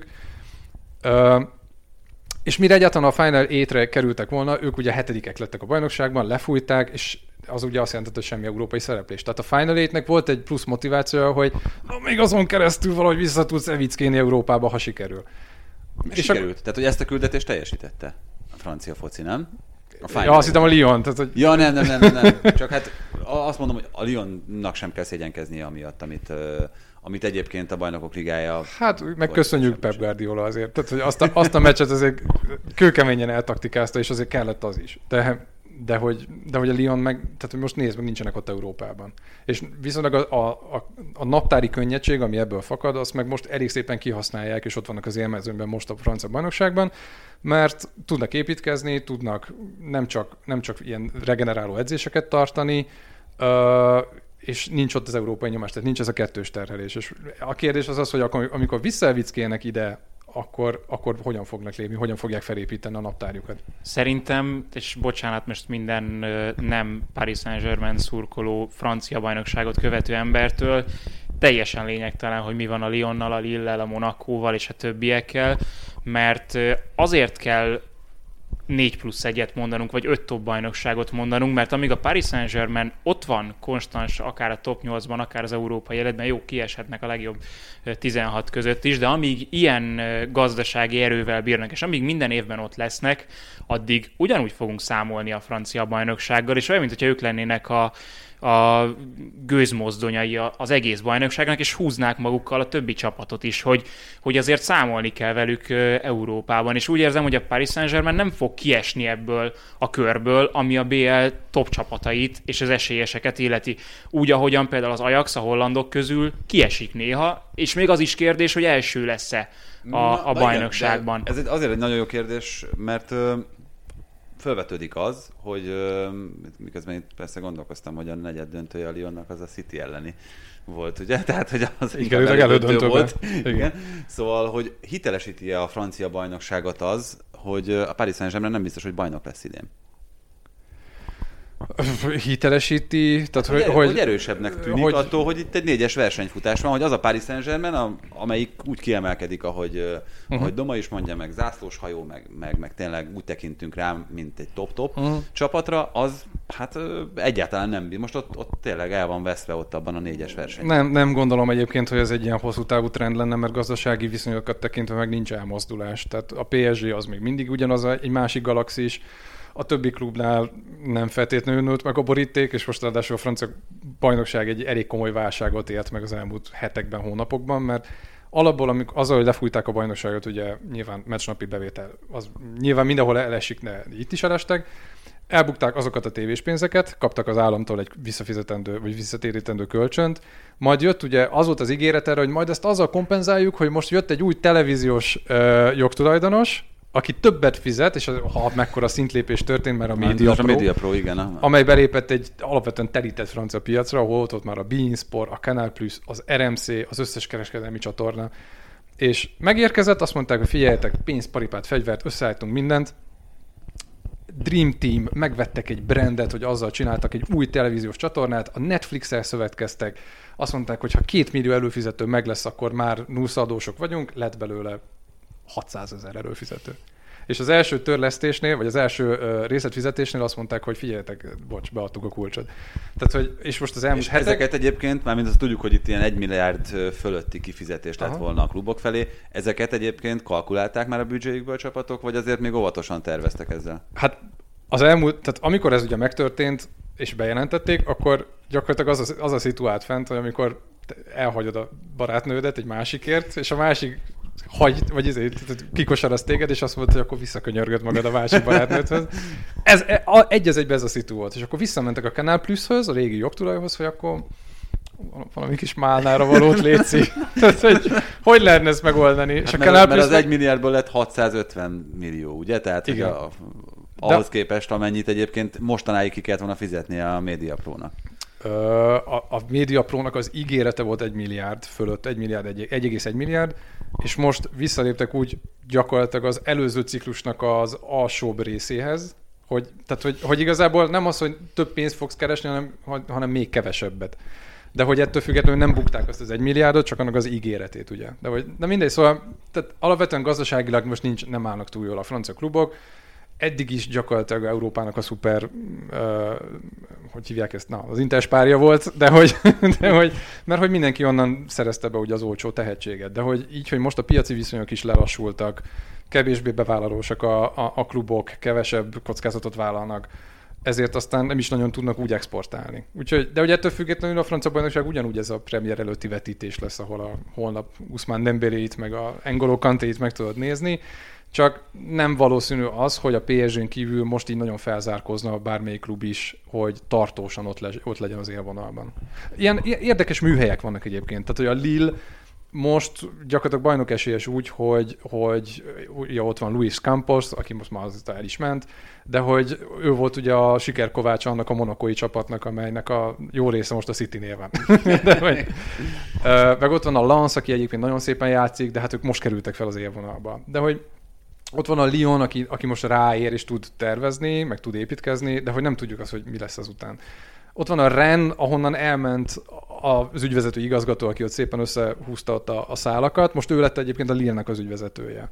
S4: És mire egyáltalán a Final 8-re kerültek volna, ők ugye 7-ek lettek a bajnokságban, lefújták, és az ugye azt jelentett, hogy semmi európai szereplés. Tehát a Final 8-nek volt egy plusz motivációja, hogy még azon keresztül valahogy vissza tudsz evickéni Európába, ha sikerül.
S1: Sikerült. Tehát, hogy ezt a küldetést teljesítette a francia foci, nem?
S4: Azt hittem a Lyon. Tehát, hogy...
S1: Ja, nem. Csak hát azt mondom, hogy a Lyonnak sem kell szégyenkeznie amiatt, amit egyébként a Bajnokok Ligája... Hát
S4: megköszönjük Pep Guardiola azért. Tehát, hogy azt a meccset azért kőkeményen eltaktikázta, és azért kellett az is. De hogy a Lyon meg, tehát hogy most nézd meg, nincsenek ott Európában. És viszonylag a naptári könnyedség, ami ebből fakad, azt meg most elég szépen kihasználják, és ott vannak az élmezőnyben most a francia bajnokságban, mert tudnak építkezni, tudnak nem csak ilyen regeneráló edzéseket tartani, és nincs ott az európai nyomás, tehát nincs ez a kettős terhelés. És a kérdés az, hogy amikor visszaevickélnek ide, akkor hogyan fognak lépni, hogyan fogják felépíteni a naptárjukat?
S2: Szerintem, és bocsánat, most minden nem Paris Saint-Germain szurkoló francia bajnokságot követő embertől, teljesen lényegtelen, hogy mi van a Lyonnal, a Lille-el, a Monacóval és a többiekkel, mert azért kell 4+1-et mondanunk, vagy 5 top bajnokságot mondanunk, mert amíg a Paris Saint-Germain ott van konstans, akár a top 8-ban, akár az európai életben, jó, kieshetnek a legjobb 16 között is, de amíg ilyen gazdasági erővel bírnak, és amíg minden évben ott lesznek, addig ugyanúgy fogunk számolni a francia bajnoksággal, és olyan, mintha ők lennének a gőzmozdonyai az egész bajnokságnak, és húznák magukkal a többi csapatot is, hogy azért számolni kell velük Európában. És úgy érzem, hogy a Paris Saint-Germain nem fog kiesni ebből a körből, ami a BL top csapatait és az esélyeseket illeti. Úgy, ahogyan például az Ajax a hollandok közül kiesik néha, és még az is kérdés, hogy első lesz-e a bajnokságban.
S1: Igen, ez azért egy nagyon jó kérdés, mert fölvetődik az, hogy miközben én persze gondolkoztam, hogy a negyed döntője a Lyonnak az a City elleni volt, ugye? Tehát, hogy az
S4: inkább elődöntő volt.
S1: Igen. Szóval, hogy hitelesíti-e a francia bajnokságot az, hogy a Paris Saint-Germain nem biztos, hogy bajnok lesz idén?
S4: Hitelesíti, tehát
S1: hogy erősebbnek tűnik attól, hogy itt egy 4-es versenyfutás van, hogy az a Paris Saint-Germain, amelyik úgy kiemelkedik, ahogy Doma is mondja, meg zászlós hajó, meg tényleg úgy tekintünk rá, mint egy top-top csapatra, az hát egyáltalán nem. Most ott tényleg el van veszve ott abban a 4-es versenyben.
S4: Nem gondolom egyébként, hogy ez egy ilyen hosszú távú trend lenne, mert gazdasági viszonyokat tekintve meg nincs elmozdulás. Tehát a PSG az még mindig ugyanaz egy másik galaxis, a többi klubnál nem feltétlenül nőtt meg a boríték, és most ráadásul a francia bajnokság egy elég komoly válságot élt meg az elmúlt hetekben, hónapokban, mert alapból, azzal, hogy lefújták a bajnokságot, ugye nyilván meccsnapi bevétel, az nyilván mindenhol elesik, de itt is elestek, elbukták azokat a tévés pénzeket, kaptak az államtól egy visszafizetendő, vagy visszatérítendő kölcsönt, majd jött ugye az volt az ígéret erre, hogy majd ezt azzal kompenzáljuk, hogy most jött egy új televíziós jogtulajdonos, aki többet fizet, és ha mekkora szintlépés történt, mert a MediaPro,
S1: igen,
S4: amely belépett egy alapvetően telített francia piacra, ahol ott már a beIN Sport, a Canal+, az RMC, az összes kereskedelmi csatorna, és megérkezett, azt mondták, hogy figyeljetek, pénzt, paripát, fegyvert, összeállítunk mindent. Dream Team, megvettek egy brandet, hogy azzal csináltak egy új televíziós csatornát, a Netflix-el szövetkeztek, azt mondták, hogy ha 2 millió előfizető meg lesz, akkor már nullszadósok vagyunk, lett belőle 600 000 előfizető. És az első törlesztésnél, vagy az első részletfizetésnél azt mondták, hogy figyeljetek, bocs, beadtuk a kulcsot. Tehát, hogy, és most az elmúlt
S1: hetek... Ezeket egyébként, mármint azt tudjuk, hogy itt ilyen 1 milliárd fölötti kifizetés lett volna a klubok felé, ezeket egyébként kalkulálták már a büdzséjükből a csapatok, vagy azért még óvatosan terveztek ezzel?
S4: Hát az elmúlt, tehát amikor ez ugye megtörtént, és bejelentették, akkor gyakorlatilag az a szituált fent, hogy amikor elhagyod a barátnődet egy másikért, és a másik kikosaraz téged, és azt mondta, hogy akkor visszakönyörgöd magad a másik barátnődhöz. Ez egy az egyben ez a szitu volt. És akkor visszamentek a Canal Plus-höz, a régi jogtulajhoz, hogy akkor valami kis málnára valót létszik. Tehát, hogy lehetne ezt megoldani? Hát
S1: és a mert az 1 milliárdból lett 650 millió, ugye? Tehát hogy ahhoz képest, amennyit egyébként mostanáig ki kellett volna fizetnie a MediaPro-nak.
S4: A MediaPro-nak az ígérete volt 1 milliárd fölött, 1,1 milliárd, és most visszaléptek úgy gyakorlatilag az előző ciklusnak az alsóbb részéhez, hogy igazából nem az, hogy több pénzt fogsz keresni, hanem még kevesebbet. De hogy ettől függetlenül nem bukták azt az 1 milliárdot, csak annak az ígéretét, ugye. De mindegy, szóval tehát alapvetően gazdaságilag most nem állnak túl jól a francia klubok. Eddig is gyakorlatilag Európának a szuper, hogy hívják ezt, az interspárja volt, mert hogy mindenki onnan szerezte be ugye az olcsó tehetséget. De hogy így, hogy most a piaci viszonyok is lelassultak, kevésbé bevállalósak a klubok, kevesebb kockázatot vállalnak, ezért aztán nem is nagyon tudnak úgy exportálni. Úgyhogy, de hogy ettől függetlenül a francia bajnokság ugyanúgy ez a premier előtti vetítés lesz, ahol a holnap Ousmane Dembéléit meg a N'Golo Kantéit meg tudod nézni, csak nem valószínű az, hogy a PSG-n kívül most így nagyon felzárkózna bármelyik klub is, hogy tartósan ott legyen az élvonalban. Ilyen érdekes műhelyek vannak egyébként. Tehát, hogy a Lille most gyakorlatilag bajnok esélyes úgy, hogy ugye ott van Luis Campos, aki most már aztán el is ment, de hogy ő volt ugye a sikerkovácsa annak a monakói csapatnak, amelynek a jó része most a Citynél van. Meg ott van a Lens, aki egyébként nagyon szépen játszik, de hát ők most kerültek fel az élvonalba. De hogy ott van a Lyon, aki most ráér és tud tervezni, meg tud építkezni, de hogy nem tudjuk azt, hogy mi lesz azután. Ott van a Rennes, ahonnan elment az ügyvezető igazgató, aki ott szépen összehúzta ott a szálakat. Most ő lett egyébként a Lille-nek az ügyvezetője.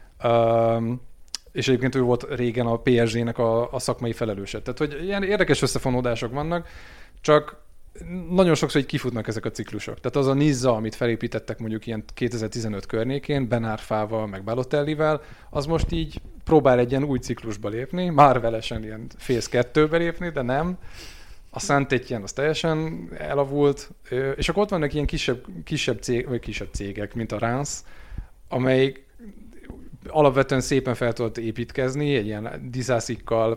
S4: És egyébként ő volt régen a PSG-nek a szakmai felelőse. Tehát, hogy ilyen érdekes összefonódások vannak, csak nagyon sokszor így kifutnak ezek a ciklusok. Tehát az a Nizza, amit felépítettek mondjuk ilyen 2015 környékén, Ben Arfával, meg Balotellivel, az most így próbál egy ilyen új ciklusba lépni, Marvelesen ilyen Phase 2-be lépni, de nem. A Saint-Étienne az teljesen elavult, és akkor ott vannak ilyen kisebb cégek, mint a Reims, amelyik alapvetően szépen fel tudott építkezni, egy ilyen Disasikkal,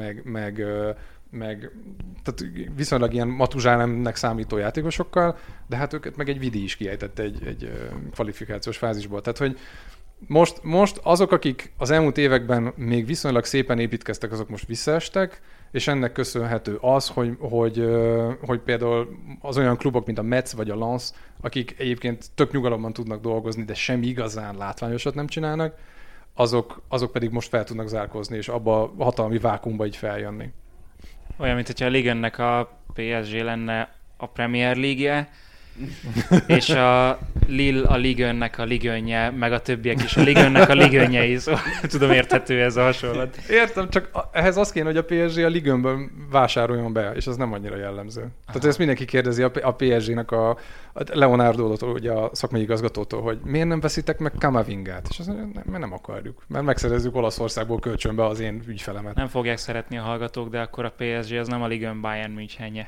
S4: meg tehát viszonylag ilyen Matuzsálemnek számító játékosokkal, de hát őket meg egy Vidi is kiejtette egy kvalifikációs fázisból. Tehát, hogy most azok, akik az elmúlt években még viszonylag szépen építkeztek, azok most visszaestek, és ennek köszönhető az, hogy például az olyan klubok, mint a Metz vagy a Lens, akik egyébként tök nyugalomban tudnak dolgozni, de semmi igazán látványosat nem csinálnak, azok pedig most fel tudnak zárkózni, és abba a hatalmi vákuumba így feljönni.
S2: Olyan, mint hogyha a Ligue-nek a PSG lenne a Premier League-je, és a Lille a Ligue-nek a Ligue-je, meg a többiek is a Ligue-nek a Ligue-jei, szóval tudom, érthető ez a hasonlat.
S4: Értem, csak ehhez az kéne, hogy a PSG a Ligue-ből vásároljon be, és az nem annyira jellemző. Tehát ezt mindenki kérdezi a PSG-nek a Leonardo-tól, ugye a szakmai igazgatótól, hogy miért nem veszitek meg Kamavingát? És azt mondja, mert nem akarjuk. Mert megszerezzük Olaszországból kölcsönbe az én ügyfelemet.
S2: Nem fogják szeretni a hallgatók, de akkor a PSG az nem a Ligue Bayern Münchenje.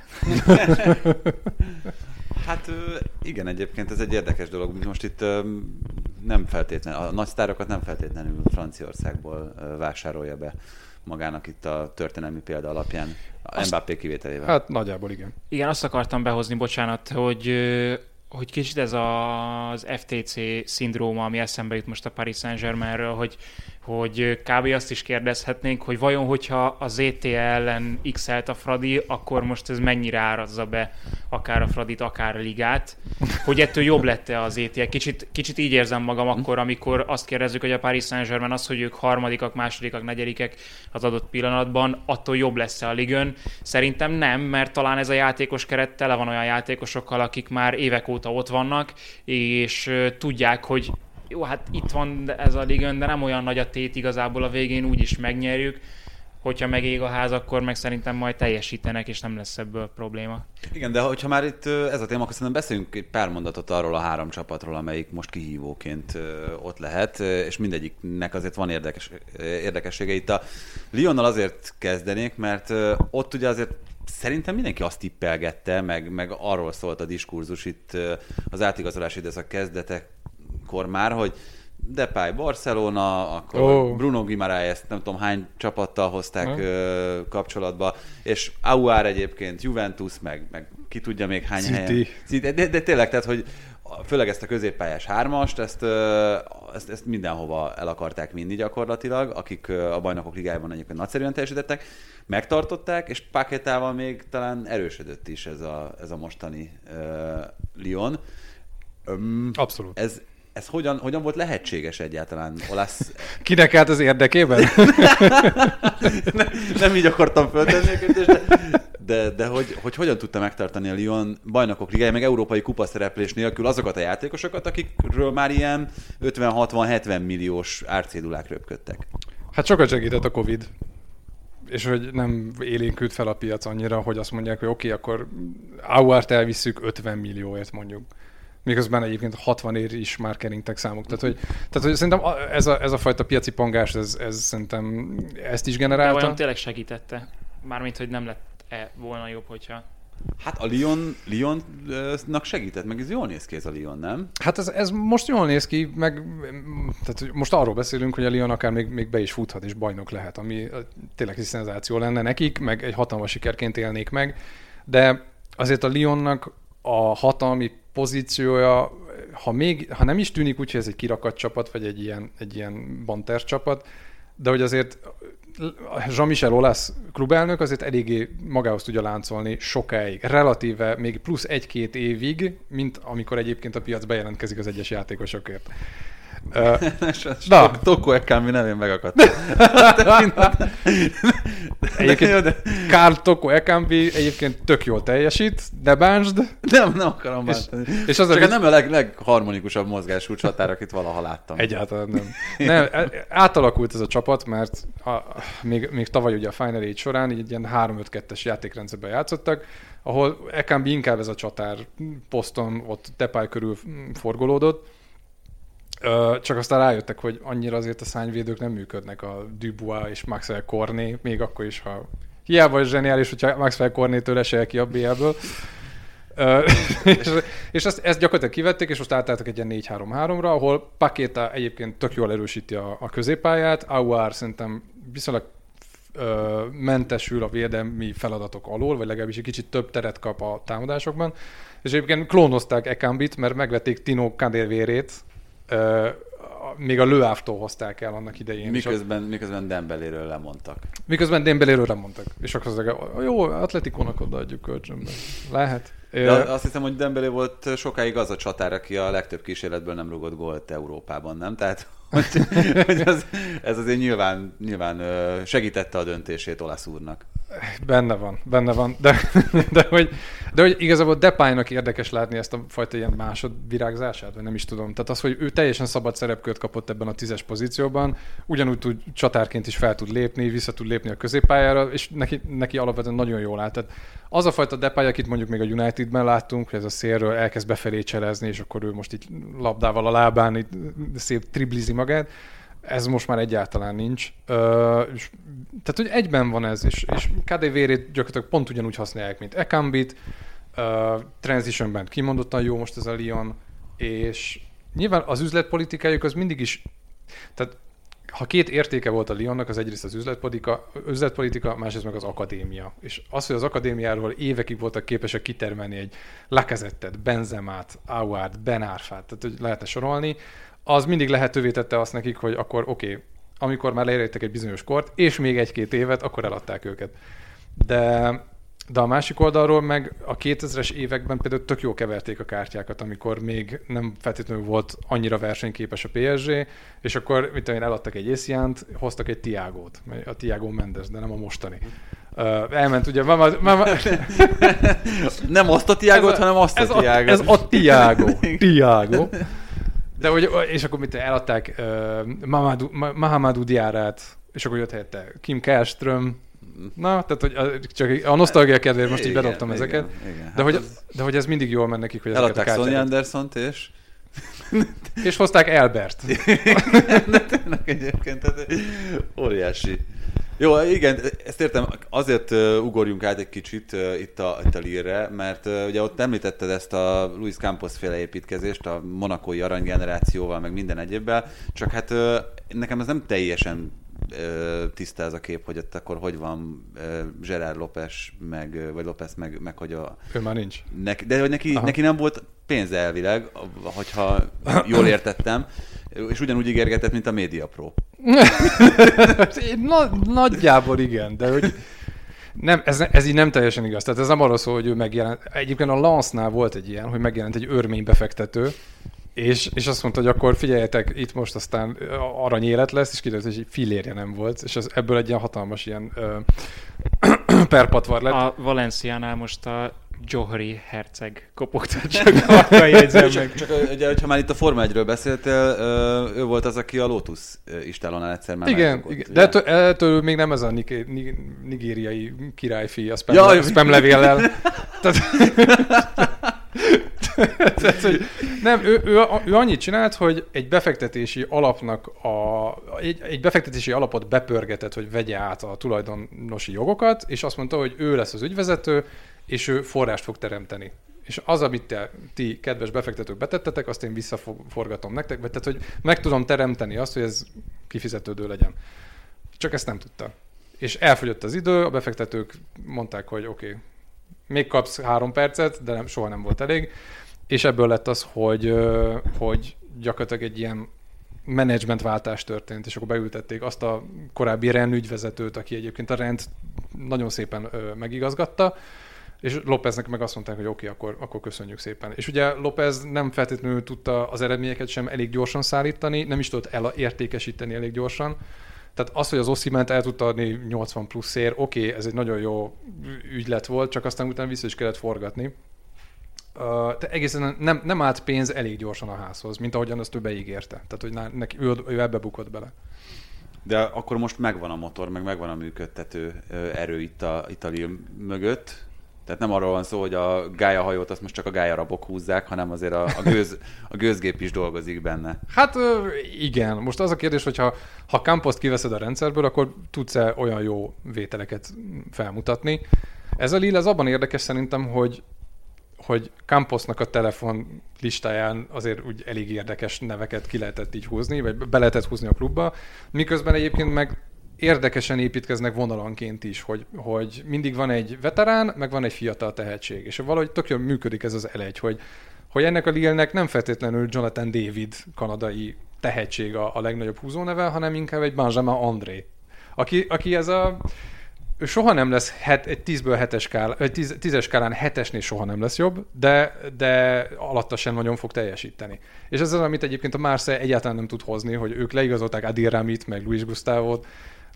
S1: Hát igen, egyébként ez egy érdekes dolog. Most itt nem feltétlenül, a nagy sztárokat nem feltétlenül Franciaországból vásárolja be magának itt a történelmi példa alapján, a Mbappé kivételével.
S4: Hát nagyjából igen.
S2: Igen, azt akartam behozni, bocsánat, hogy kicsit ez az FTC szindróma, ami eszembe jut most a Paris Saint-Germainről, hogy kb. Azt is kérdezhetnénk, hogy vajon, hogyha az ETL ellen x-elt a Fradi, akkor most ez mennyire árazza be akár a Fradit, akár a ligát, hogy ettől jobb lett-e az ETL. Kicsit így érzem magam akkor, amikor azt kérdezzük, hogy a Paris Saint-Germain az, hogy ők harmadikak, másodikak, negyedikek az adott pillanatban, attól jobb lesz-e a ligön. Szerintem nem, mert talán ez a játékos keret tele van olyan játékosokkal, akik már évek óta ott vannak, és tudják, hogy jó, hát itt van ez a ligön, de nem olyan nagy a tét igazából, a végén úgyis megnyerjük. Hogyha megég a ház, akkor meg szerintem majd teljesítenek, és nem lesz ebből probléma.
S1: Igen, de hogyha már itt ez a téma, akkor szerintem beszéljünk egy pár mondatot arról a 3 csapatról, amelyik most kihívóként ott lehet, és mindegyiknek azért van érdekessége. Itt a Lyonnal azért kezdenék, mert ott ugye azért szerintem mindenki azt tippelgette, meg arról szólt a diskurzus itt az átigazolási időszak kezdetekor már, hogy Depay Barcelona, akkor Bruno Guimaraes, nem tudom hány csapattal hozták kapcsolatba, és Aouar egyébként Juventus, meg ki tudja még hány helyen. De tényleg, tehát, hogy főleg ezt a középpályás 3-ast, ezt mindenhova el akarták vinni gyakorlatilag, akik a Bajnokok Ligájában egyébként nagyszerűen teljesítettek, megtartották, és Paquetával még talán erősödött is ez a mostani Lyon.
S4: Abszolút.
S1: Ez hogyan volt lehetséges egyáltalán, Olasz?
S4: Kinek állt az érdekében?
S1: nem így akartam föltenni a kérdést, de hogy hogyan tudta megtartani a Lyon Bajnokok Ligája, meg európai kupaszereplés nélkül azokat a játékosokat, akikről már ilyen 50-60-70 milliós árcédulák röpködtek?
S4: Hát sokat segített a Covid. És hogy nem élénkült fel a piac annyira, hogy azt mondják, hogy oké, akkor Aouart elvisszük 50 millióért mondjuk. Miközben egyébként 60 ér is már keringtek számuk. Tehát, hogy szerintem ez a fajta piaci pongás, ez szerintem ezt is generálta.
S2: De olyan tényleg segítette. Mármint, hogy nem lett volna jobb, hogyha...
S1: Hát a Lyonnak segített, meg ez jól néz ki ez a Lyon, nem?
S4: Hát ez most jól néz ki, meg tehát most arról beszélünk, hogy a Lyon akár még be is futhat, és bajnok lehet, ami tényleg egy szenzáció lenne nekik, meg egy hatalmas sikerként élnék meg, de azért a Lyonnak a hatalmi pozíciója, ha nem is tűnik úgy, hogy ez egy kirakat csapat, vagy egy ilyen banter csapat, de hogy azért Jean-Michel Aulas klubelnök azért eléggé magához tudja láncolni sokáig, relatíve még plusz 1-2 évig, mint amikor egyébként a piac bejelentkezik az egyes játékosokért.
S1: Toko Ekambi nevén megakadtam.
S4: Egyébként Karl Toko Ekambi egyébként tök jól teljesít, ne bántsd.
S1: Nem akarom bántani. És az csak nem a legharmonikusabb mozgású csatár, akit valaha láttam.
S4: Egyáltalán nem. Átalakult ez a csapat, mert még tavaly ugye a Final Eight során így ilyen 3-5-2-es játékrendszerben játszottak, ahol Ekambi inkább ez a csatár poszton ott Depay körül forgolódott. Csak aztán rájöttek, hogy annyira azért a szárnyvédők nem működnek, a Dubois és Maxwell Cornet, még akkor is, ha hiába is zseniális, hogyha Maxwell Cornet-től esel ki a BL-ből. és ezt gyakorlatilag kivették, és most átálltak egy ilyen 4-3-3-ra, ahol Paqueta egyébként tök jól erősíti a középpályát, Aouar szerintem viszonylag mentesül a védelmi feladatok alól, vagy legalábbis egy kicsit több teret kap a támadásokban, és egyébként klónozták Ekambit, mert megvették Tino Kadervérét, még a Le Havre-tól hozták el annak idején.
S1: Miközben Dembeléről lemondtak.
S4: És akkor az jó, Atletikónak odaadjuk kölcsönbe. Lehet.
S1: De azt hiszem, hogy Dembélé volt sokáig az a csatár, aki a legtöbb kísérletből nem rúgott gólt Európában, nem? Tehát hogy ez azért nyilván segítette a döntését Olasz úrnak.
S4: Benne van. De hogy igazából Depaynak érdekes látni ezt a fajta ilyen másodvirágzását, vagy nem is tudom. Tehát az, hogy ő teljesen szabad szerepkört kapott ebben a 10-es pozícióban, ugyanúgy tud csatárként is fel tud lépni, vissza tud lépni a középpályára, és neki alapvetően nagyon jól áll. Tehát az a fajta Depay, akit mondjuk még a Unitedben láttunk, hogy ez a szélről elkezd befelé cselezni, és akkor ő most így labdával a lábán így szép triblizi magát, ez most már egyáltalán nincs. Tehát, hogy egyben van ez, és KDV-rét gyakorlatilag pont ugyanúgy használják, mint Ekambit. Transitionben kimondottan jó most ez a Lyon, és nyilván az üzletpolitikájuk az mindig is, tehát ha két értéke volt a Lyonnak, az egyrészt az üzletpolitika, másrészt meg az akadémia. És az, hogy az akadémiáról évekig voltak képesek kitermelni egy Lacazettet, Benzemát, Aouart, Ben Arfát, tehát hogy lehetne sorolni, az mindig lehetővé tette azt nekik, hogy akkor oké, amikor már leérték egy bizonyos kort, és még 1-2 évet, akkor eladták őket. De a másik oldalról meg a 2000-es években például tök jó keverték a kártyákat, amikor még nem feltétlenül volt annyira versenyképes a PSG, és akkor eladtak egy Essient, hoztak egy Thiagót, a Thiago Mendes, de nem a mostani. Elment ugye...
S1: Nem azt a Thiagót, hanem azt a Thiagót.
S4: Ez a Thiago. De hogy, és akkor eladták Mahamadou Diarrát, és akkor jött helyette Kim Kallström. Na, tehát hogy csak a nosztalgia kedvéért most így bedobtam ezeket. Igen. De hogy ez mindig jól ment nekik, hogy ezeket a kártyákat.
S1: Eladták Sonny Andersont, és...
S4: És hozták Albert.
S1: De tényleg egyébként, tehát óriási. Jó, igen, ezt értem, azért ugorjunk át egy kicsit itt a Lille-re, mert ugye ott említetted ezt a Luis Campos féle építkezést, a monakói aranygenerációval, meg minden egyébben, csak hát nekem ez nem teljesen tiszta ez a kép, hogy ott akkor hogy van Gerard Lopes, vagy Lopez, meg hogy a...
S4: Ő már nincs.
S1: De hogy neki nem volt pénze elvileg, hogyha jól értettem, és ugyanúgy ígérgetett, mint a MediaPro.
S4: Nagyjából igen, de hogy nem, ez így nem teljesen igaz. Tehát ez nem arról szól, hogy ő megjelent. Egyébként a Lance-nál volt egy ilyen, hogy megjelent egy örmény befektető, és azt mondta, hogy akkor figyeljetek, itt most aztán aranyélet lesz, és kiderült, hogy fillérje nem volt, és ebből egy ilyen hatalmas ilyen perpatvar lett.
S2: A Valenciánál most a Johri herceg kopogta, csak arra jegyzem meg.
S1: Csak ugye, hogyha már itt a Forma 1-ről beszéltél, ő volt az, aki a Lotus istálónál egyszer már
S4: megfogott. Igen, de ettől még nem ez a nigériai királyfi a spam levéllel. Tehát, hogy nem, ő annyit csinált, hogy egy befektetési alapnak egy befektetési alapot bepörgetett, hogy vegye át a tulajdonosi jogokat, és azt mondta, hogy ő lesz az ügyvezető, és ő forrást fog teremteni. És az, amit ti kedves befektetők betettetek, azt én visszaforgatom nektek, tehát hogy meg tudom teremteni azt, hogy ez kifizetődő legyen. Csak ezt nem tudta. És elfogyott az idő, a befektetők mondták, hogy oké, még kapsz 3 percet, de soha nem volt elég. És ebből lett az, hogy gyakorlatilag egy ilyen menedzsmentváltás történt, és akkor beültették azt a korábbi Rennes ügyvezetőt, aki egyébként a Rennes nagyon szépen megigazgatta, és Lópeznek meg azt mondták, hogy oké, akkor köszönjük szépen. És ugye López nem feltétlenül tudta az eredményeket sem elég gyorsan szállítani, nem is tudott értékesíteni elég gyorsan. Tehát az, hogy az Osimhent el tudta adni 80 pluszért, oké, ez egy nagyon jó ügylet volt, csak aztán utána vissza is kellett forgatni. De egészen nem állt pénz elég gyorsan a házhoz, mint ahogyan azt ő beígérte. Tehát, hogy ő ebbe bukott bele.
S1: De akkor most megvan a motor, meg megvan a működtető erő itt a Lille mögött. Tehát nem arról van szó, hogy a Gaia hajót azt most csak a Gaia rabok húzzák, hanem azért a gőzgép is dolgozik benne.
S4: Hát igen. Most az a kérdés, hogy ha Campost kiveszed a rendszerből, akkor tudsz-e olyan jó vételeket felmutatni. Ez a Lille, ez abban érdekes szerintem, hogy Camposnak a telefon listáján azért úgy elég érdekes neveket ki lehetett így húzni, vagy be lehetett húzni a klubba, miközben egyébként meg érdekesen építkeznek vonalanként is, hogy mindig van egy veterán, meg van egy fiatal tehetség, és valahogy tök jól működik ez az L1, hogy ennek a Lille-nek nem feltétlenül Jonathan David kanadai tehetség a legnagyobb húzóneve, hanem inkább egy Benjamin André, aki ez ő soha nem lesz egy 10-ből 7-es skálán, egy 10-es skálán 7-esnél soha nem lesz jobb, de alatta sem nagyon fog teljesíteni. És ez az, amit egyébként a Marseille egyáltalán nem tud hozni, hogy ők leigazolták Adil Ramit, meg Luis Gustavot,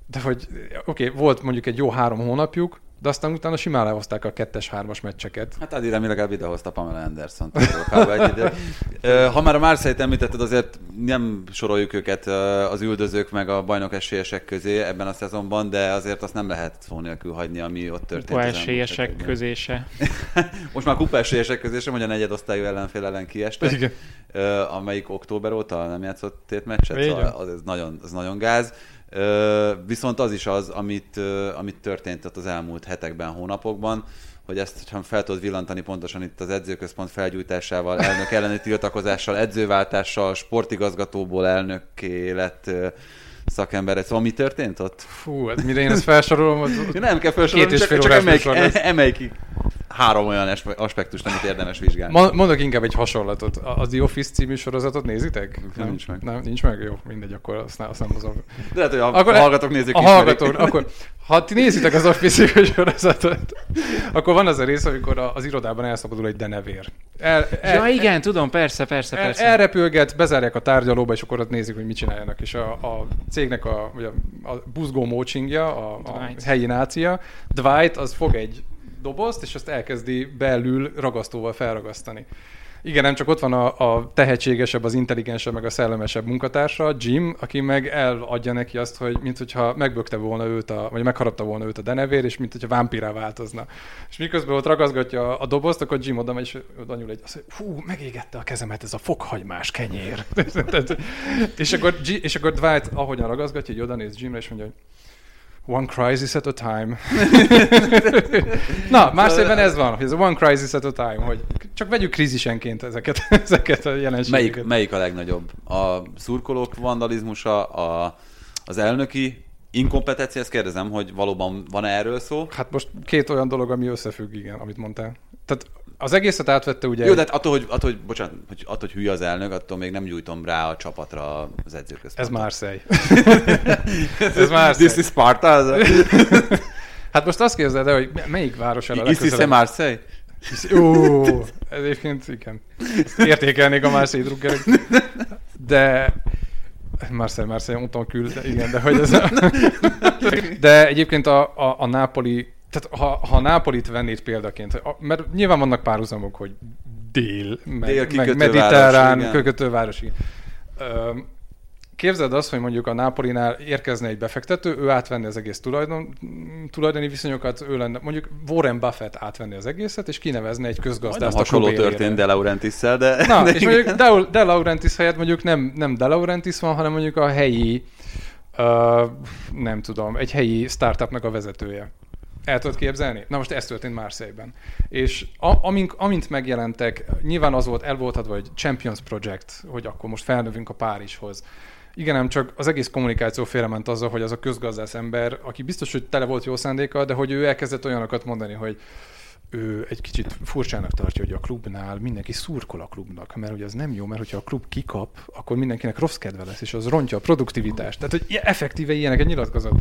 S4: de hogy oké, volt mondjuk egy jó 3 hónapjuk, de aztán utána simán lehozták a 2-3-as meccseket.
S1: Hát Adi Remi legalább idehozta Pamela Anderson-t. Ha már a Marseille-t említetted, azért nem soroljuk őket az üldözők meg a bajnok esélyesek közé ebben a szezonban, de azért azt nem lehet szó nélkül hagyni, ami ott történt.
S2: Kupa esélyesek közése.
S1: Most már kupa esélyesek közése, hogy a negyedosztályú ellenfél ellen kiestek, amelyik október óta nem játszott tétmeccset, szóval ez nagyon gáz. Viszont az is az, amit történt ott az elmúlt hetekben, hónapokban, hogy ezt, hogyha fel tudod villantani pontosan itt az edzőközpont felgyújtásával, elnök elleni tiltakozással, edzőváltással, sportigazgatóból elnökké lett szakember. Szóval mi történt ott?
S4: Fú, hát mire én ezt felsorolom?
S1: Nem kell felsorolni, csak emeljük 3 olyan aspektust, amit érdemes vizsgálni.
S4: Mondok inkább egy hasonlatot. Az The Office című sorozatot nézitek?
S1: Nincs meg.
S4: Nem, nincs meg? Jó, mindegy, akkor azt nem hozom.
S1: De lehet, hogy a hallgatók nézik.
S4: A hallgatók, akkor ha ti nézitek az Office című sorozatot, akkor van az a rész, amikor az irodában elszabadul egy denevér.
S2: Ja igen, tudom, persze.
S4: Elrepülget, bezárják a tárgyalóba, és akkor ott nézik, hogy mit csináljanak. És a cégnek a buzgó mócsingja, a helyi nácia, Dwight, az fog egy dobozt, és azt elkezdi belül ragasztóval felragasztani. Igen, nem csak ott van a tehetségesebb, az intelligensebb, meg a szellemesebb munkatársa, Jim, aki meg eladja neki azt, hogy minthogyha megbökte volna őt, vagy megharapta volna őt a denevér, és minthogyha vámpírá változna. És miközben ott ragaszgatja a dobozt, akkor Jim oda megy, és oda nyúl egy, azt mondja, fú, megégette a kezemet ez a fokhagymás kenyér. és akkor Dwight, ahogyan ragaszgatja, így oda néz Jimre, és mondja, hogy one crisis at a time. Na, Marseille-ben ez van, hogy ez a one crisis at a time, hogy csak vegyük krízisenként ezeket a jelenségeket.
S1: Melyik a legnagyobb? A szurkolók vandalizmusa, az elnöki inkompetencia? Ezt kérdezem, hogy valóban van erről szó?
S4: Hát most 2 olyan dolog, ami összefügg, igen, amit mondtál. Tehát az egészet átvette ugye...
S1: Jó, de hát attól, hogy hülye az elnök, attól még nem gyújtom rá a csapatra az edzőközpontot.
S4: Ez Marseille. Ez Marseille.
S1: This is Sparta?
S4: Hát most azt képzeld el, hogy melyik város el a legközelebb?
S1: Is this Marseille?
S4: Ez egyébként igen. Értékelnék a Marseille drukkerek. De... Marseille, mondtam küld, igen, de hogy ez... De egyébként a Napoli... Tehát ha a Nápolit vennéd példaként, mert nyilván vannak párhuzamok, hogy dél, meg mediterrán, kökötőváros. Képzeld azt, hogy mondjuk a Nápolinál érkezne egy befektető, ő átvenni az egész tulajdoni viszonyokat, ő lenne, mondjuk Warren Buffett átvenni az egészet, és kinevezne egy közgazdászt a klub élére.
S1: Hasonló történt De Laurentisszel, de...
S4: Na, és mondjuk De Laurentiis helyett mondjuk nem De Laurentiis van, hanem mondjuk a helyi, nem tudom, egy helyi startupnak a vezetője. El tudod képzelni? Na most ez történt Marseille-ben. És amint megjelentek, nyilván az volt, el volt adva, hogy Champions Project, hogy akkor most felnövünk a Párizshoz. Igen, nem csak az egész kommunikáció félrement azzal, hogy az a közgazdász ember, aki biztos, hogy tele volt jó szándéka, de hogy ő elkezdett olyanokat mondani, hogy ő egy kicsit furcsának tartja, hogy a klubnál mindenki szurkol a klubnak, mert ugye az nem jó, mert hogyha a klub kikap, akkor mindenkinek rossz kedve lesz, és az rontja a produktivitást. Tehát, hogy effektíve ilyeneket nyilatkozott.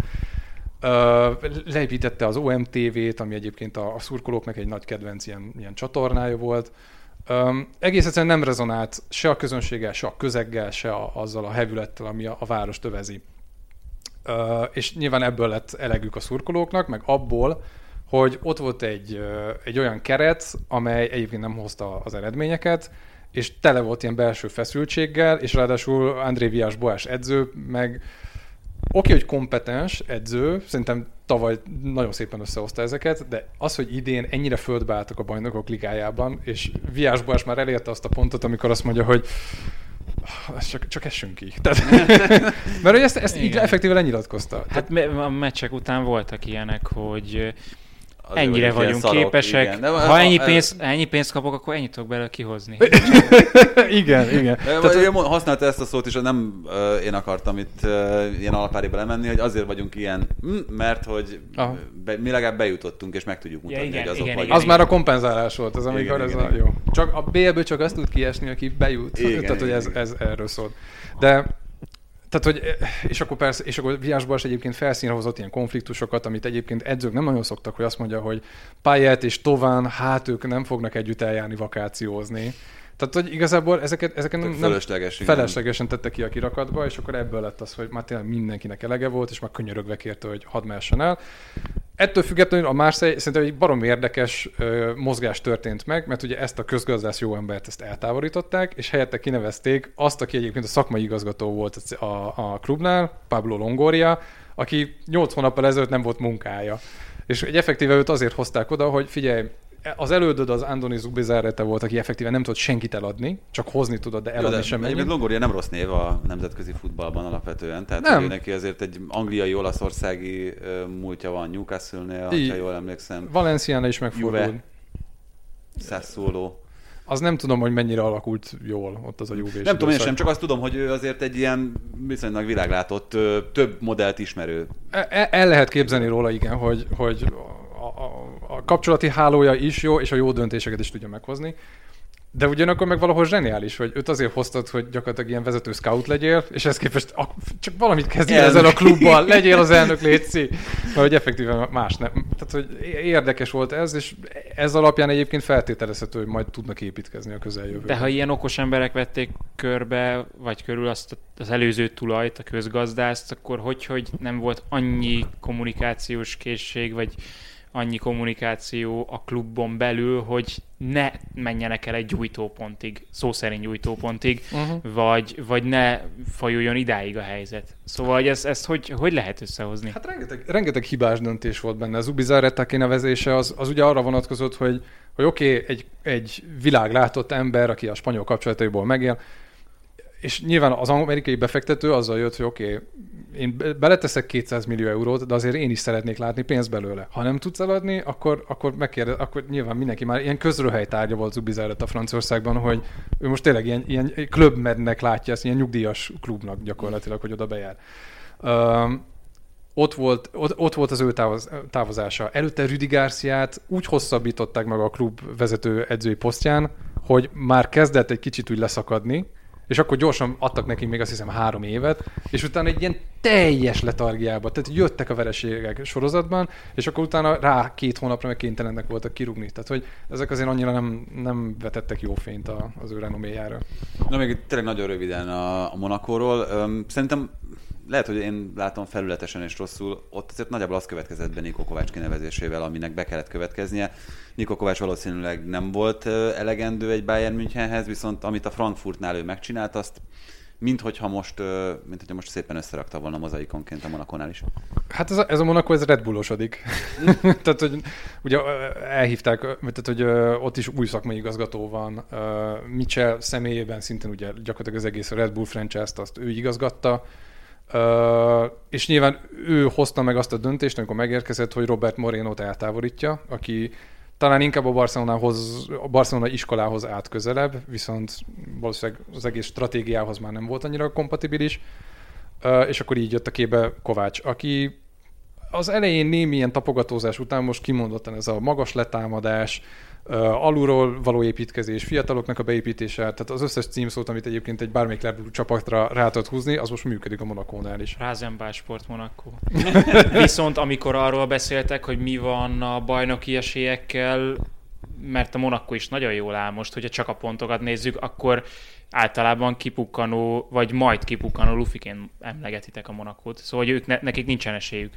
S4: Leépítette az OMTV-t, ami egyébként a szurkolóknak egy nagy kedvenc ilyen csatornája volt. Egész egyszerűen nem rezonált se a közönséggel, se a közeggel, se azzal a hevülettel, ami a várost övezi. És nyilván ebből lett elegük a szurkolóknak, meg abból, hogy ott volt egy olyan keret, amely egyébként nem hozta az eredményeket, és tele volt ilyen belső feszültséggel, és ráadásul André Villas-Boas edző, meg oké, hogy kompetens edző, szerintem tavaly nagyon szépen összehozta ezeket, de az, hogy idén ennyire földbe álltak a Bajnokok Ligájában, és Villas-Boas már elérte azt a pontot, amikor azt mondja, hogy csak essünk ki. Tehát, mert hogy ezt így effektíve lenyilatkozta.
S2: Hát a meccsek után voltak ilyenek, hogy ennyire vagyunk képesek. Igen. Ha ennyi pénzt kapok, akkor ennyit tudok belőle kihozni.
S4: igen.
S1: Használta ezt a szót is, nem én akartam itt ilyen alapáriba lemenni, hogy azért vagyunk ilyen, mert hogy mi legalább bejutottunk, és meg tudjuk mutatni, hogy azok vagyunk.
S4: Az már a kompenzálás volt, az amikor igen. Jó. Csak a BL-ből csak azt tud kiesni, aki bejut. Igen, tehát, hogy ez erről szólt. De tehát, hogy, és akkor Villas-Boas egyébként felszínre hozott ilyen konfliktusokat, amit egyébként edzők nem nagyon szoktak, hogy azt mondja, hogy Payet és Thauvin, hát ők nem fognak együtt eljárni vakációzni. Tehát, hogy igazából ezeken nem feleslegesen tette ki a kirakatba, és akkor ebből lett az, hogy már tényleg mindenkinek elege volt, és már könyörögve kérte, hogy hadd mehessen el. Ettől függetlenül a Marseille szerintem egy baromi érdekes mozgás történt meg, mert ugye ezt a közgazdász jó embert ezt eltávolították, és helyette kinevezték azt, aki egyébként a szakmai igazgató volt a klubnál, Pablo Longoria, aki 8 hónappal ezelőtt nem volt munkája. És egy effektíve őt azért hozták oda, hogy figyelj, az elődöd az Andoni Zubizarreta volt, aki effektíve nem tudott senkit eladni, csak hozni tudod, de eladni sem menni.
S1: Longoria nem rossz név a nemzetközi futballban alapvetően, tehát ő neki azért egy angliai, olaszországi múltja van Newcastle-nél, ha jól emlékszem.
S4: Valenciánál is megfordult.
S1: Sassuolo.
S4: Az nem tudom, hogy mennyire alakult jól ott az a Juve.
S1: Nem tudom én sem, csak azt tudom, hogy ő azért egy ilyen viszonylag világlátott, több modellt ismerő.
S4: El lehet képzelni róla, igen, hogy a kapcsolati hálója is jó, és a jó döntéseket is tudja meghozni. De ugyanakkor meg valahol zseniális, hogy őt azért hoztad, hogy gyakorlatilag ilyen vezető scout legyél, és ezt képest csak valamit kezdjél ezzel a klubbal, legyél az elnök, létszi. Mert hogy effektíven más nem. Tehát, hogy érdekes volt ez, és ez alapján egyébként feltételezhető, hogy majd tudnak építkezni a közeljövőben.
S2: De ha ilyen okos emberek vették körbe, vagy körül azt az előző tulajt, a közgazdászt, akkor hogy nem volt annyi kommunikációs készség, vagy annyi kommunikáció a klubon belül, hogy ne menjenek el egy gyújtópontig, szó szerint gyújtópontig, vagy ne fajuljon idáig a helyzet. Szóval ezt hogy lehet összehozni?
S4: Hát rengeteg hibás döntés volt benne. Az Zubizarreta kinevezése az ugye arra vonatkozott, hogy oké, egy világlátott ember, aki a spanyol kapcsolataiból megél, és nyilván az amerikai befektető azzal jött, hogy oké, én beleteszek 200 millió eurót, de azért én is szeretnék látni pénzt belőle. Ha nem tudsz eladni, akkor nyilván mindenki már ilyen közröhely tárgya volt Zubizarreta Franciaországban, hogy ő most tényleg ilyen klubmednek látja ezt, ilyen nyugdíjas klubnak gyakorlatilag, hogy oda bejár. Ott volt az ő távozása. Előtte Rüdi Garciát úgy hosszabbították meg a klub vezető edzői posztján, hogy már kezdett egy kicsit úgy leszakadni, és akkor gyorsan adtak neki még azt hiszem 3 évet, és utána egy ilyen teljes letargiába, tehát jöttek a vereségek sorozatban, és akkor utána rá 2 hónapra meg kénytelenek voltak kirúgni. Tehát, hogy ezek azért annyira nem vetettek jó fényt az ő renoméjára.
S1: Na még tényleg nagyon röviden a Monacóról. Szerintem lehet, hogy én látom felületesen és rosszul, ott azért nagyjából az következett be Niko Kovács kinevezésével, aminek be kellett következnie. Niko Kovács valószínűleg nem volt elegendő egy Bayern Münchenhez, viszont amit a Frankfurtnál ő megcsinált, azt minthogyha most szépen összerakta volna mozaikonként a Monacónál is.
S4: Hát ez a Monaco, ez Red Bullosodik. Tehát, hogy ugye elhívták, tehát, hogy ott is új szakmai igazgató van. Mitchell személyében szintén ugye gyakorlatilag az egész Red Bull franchise-t azt ő igazgatta. És nyilván ő hozta meg azt a döntést, amikor megérkezett, hogy Robert Morénót eltávolítja, aki talán inkább a Barcelona iskolához állt közelebb, viszont valószínűleg az egész stratégiához már nem volt annyira kompatibilis, és akkor így jött a képbe Kovács, aki az elején némi ilyen tapogatózás után most kimondottan ez a magas letámadás, alulról való építkezés, fiataloknak a beépítése, tehát az összes címszót, amit egyébként egy bármelyik Red Bull csapatra rá tud húzni, az most működik a Monacónál is.
S2: Rasenball Sport Monaco. Viszont amikor arról beszéltek, hogy mi van a bajnoki esélyekkel, mert a Monaco is nagyon jól áll most, hogyha csak a pontokat nézzük, akkor általában kipukkanó, vagy majd kipukkanó lufiként emlegetitek a Monacót. Szóval hogy nekik nincsen esélyük.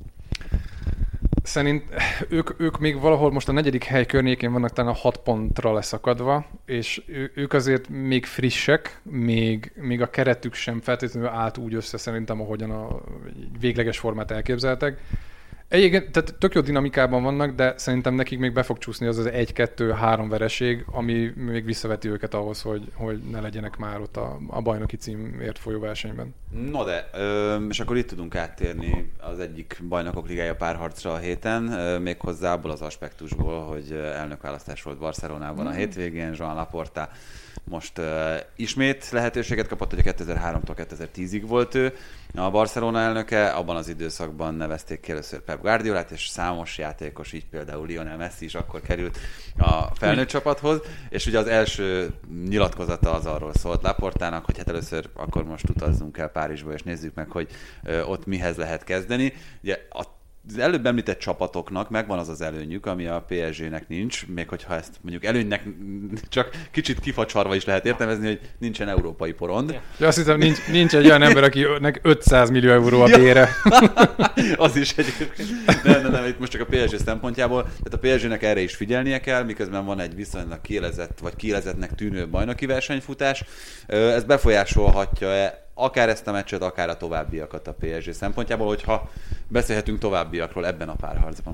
S4: Szerint ők még valahol most a 4. hely környékén vannak, talán a 6 pontra leszakadva, és ők azért még frissek, még a keretük sem feltétlenül állt úgy össze szerintem, ahogyan a végleges formát elképzeltek. Egyébként, tehát tök jó dinamikában vannak, de szerintem nekik még be fog csúszni az 1-2-3 vereség, ami még visszaveti őket ahhoz, hogy ne legyenek már ott a bajnoki címért folyó versenyben. No
S1: de, és akkor itt tudunk áttérni az egyik bajnokok ligája párharcra a héten, méghozzá abból az aspektusból, hogy elnökválasztás volt Barcelonában a hétvégén, Joan Laporta most ismét lehetőséget kapott, hogy 2003-tól 2010-ig volt ő a Barcelona elnöke, abban az időszakban nevezték ki először Pep Guardiolát, és számos játékos, így például Lionel Messi is akkor került a felnőtt csapathoz, és ugye az első nyilatkozata az arról szólt Laportának, hogy hát először akkor most utazzunk el Párizsba, és nézzük meg, hogy ott mihez lehet kezdeni. Ugye a előbb említett csapatoknak megvan az az előnyük, ami a PSG-nek nincs, még hogyha ezt mondjuk előnynek csak kicsit kifacsarva is lehet értelmezni, hogy nincsen európai porond.
S4: Ja, azt hiszem, nincs egy olyan ember, akinek 500 millió euró a bére.
S1: Az is egyébként. Nem, itt most csak a PSG szempontjából. Tehát a PSG-nek erre is figyelnie kell, miközben van egy viszonylag kiélezett, vagy kiélezettnek tűnő bajnoki versenyfutás. Ez befolyásolhatja akár ezt a meccset, akár a továbbiakat a PSG szempontjából, hogyha beszélhetünk továbbiakról ebben a párharcban.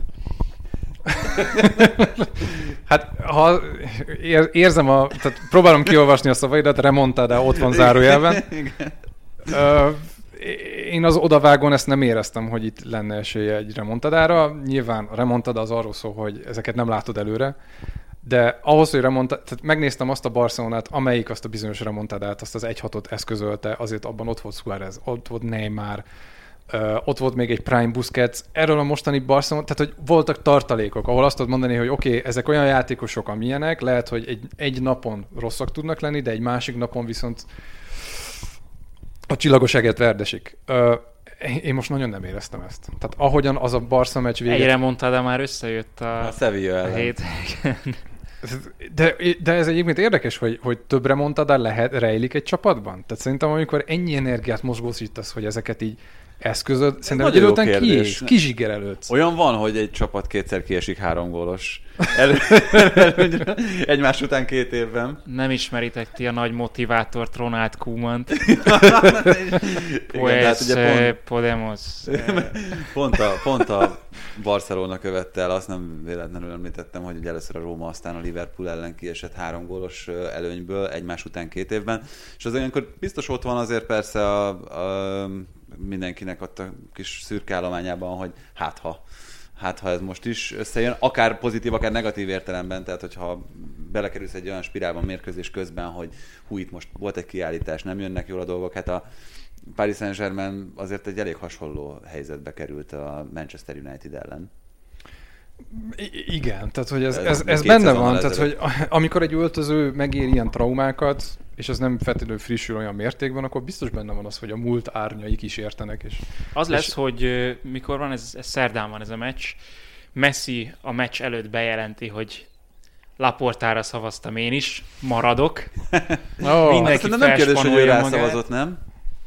S4: Hát, ha érzem tehát próbálom kiolvasni a szavaidat, remontada ott van zárójelben. Én az odavágón ezt nem éreztem, hogy itt lenne esélye egy remontadára. Nyilván a remontada az arról szól, hogy ezeket nem látod előre, de ahhoz, hogy tehát megnéztem azt a Barcelonát, amelyik azt a bizonyos remontadát, azt az 1-6-ot eszközölte, azért abban ott volt Suárez, ott volt Neymar, ott volt még egy Prime Busquets. Erről a mostani Barcelona, tehát hogy voltak tartalékok, ahol azt tudod mondani, hogy oké, ezek olyan játékosok, amilyenek, lehet, hogy egy napon rosszak tudnak lenni, de egy másik napon viszont a csillagos eget verdesik. Én most nagyon nem éreztem ezt. Tehát ahogyan az a Barca meccs véget...
S2: Egyre mondtad, de már összejött
S1: a Sevilla ellen.
S4: De ez egyébként érdekes, hogy többre mondtad, de rejlik egy csapatban? Tehát szerintem, amikor ennyi energiát mozgósítasz, hogy ezeket így eszközöd, szerintem egy idő után kizsigerelődsz.
S1: Olyan van, hogy egy csapat kétszer kiesik 3 gólos egymás után 2 évben.
S2: Nem ismeritek ti a nagy motivátort, Ronald Koemant.
S1: Pues
S2: Podemos.
S1: Pont a Barcelona követte el, azt nem véletlenül említettem, hogy először a Róma, aztán a Liverpool ellen kiesett 3 gólos előnyből egymás után 2 évben. És azért olyankor biztos ott van azért persze a mindenkinek ott a kis szürke állományában, hogy hát ha ez most is összejön, akár pozitív, akár negatív értelemben, tehát hogyha belekerülsz egy olyan spirálban mérkőzés közben, hogy itt most volt egy kiállítás, nem jönnek jól a dolgok, hát a Paris Saint-Germain azért egy elég hasonló helyzetbe került a Manchester United ellen.
S4: Igen, tehát hogy ez benne van, tehát hogy amikor egy öltöző megér ilyen traumákat, és az nem feltétlenül frissül olyan mértékben, akkor biztos benne van az, hogy a múlt árnyai kísértenek.
S2: Az lesz, hogy mikor van, ez szerdán van ez a meccs, Messi a meccs előtt bejelenti, Laportára szavaztam én is, maradok.
S1: Mindenki nem kérdés, hogy ő rászavazott, nem?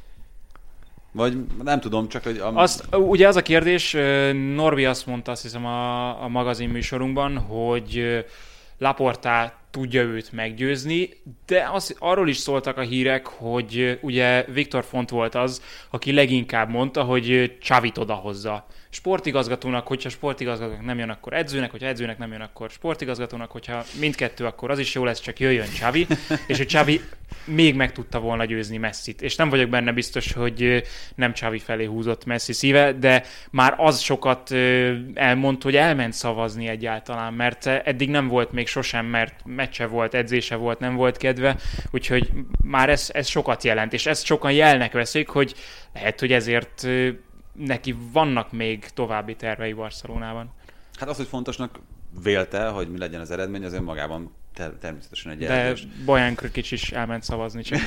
S1: Vagy nem tudom, csak hogy...
S2: Ugye az a kérdés, Norbi azt mondta, azt hiszem a magazin műsorunkban, hogy Laporta tudja őt meggyőzni, de arról is szóltak a hírek, hogy ugye Viktor Font volt az, aki leginkább mondta, hogy Xavit odahozza sportigazgatónak, hogyha sportigazgatónak nem jön, akkor edzőnek, hogyha edzőnek nem jön, akkor sportigazgatónak, hogyha mindkettő, akkor az is jó lesz, csak jöjjön Xavi, és hogy Xavi még meg tudta volna győzni Messit. És nem vagyok benne biztos, hogy nem Xavi felé húzott Messi szíve, de már az sokat elmond, hogy elment szavazni egyáltalán, mert eddig nem volt még sosem, mert meccse volt, edzése volt, nem volt kedve, úgyhogy már ez sokat jelent, és ezt sokan jelnek veszik, hogy lehet, hogy ezért neki vannak még további tervei Barcelonában.
S1: Hát az, hogy fontosnak vélte, hogy mi legyen az eredmény, az önmagában természetesen egy jelentős.
S2: De Bojan Krkić is elment szavazni. Csak.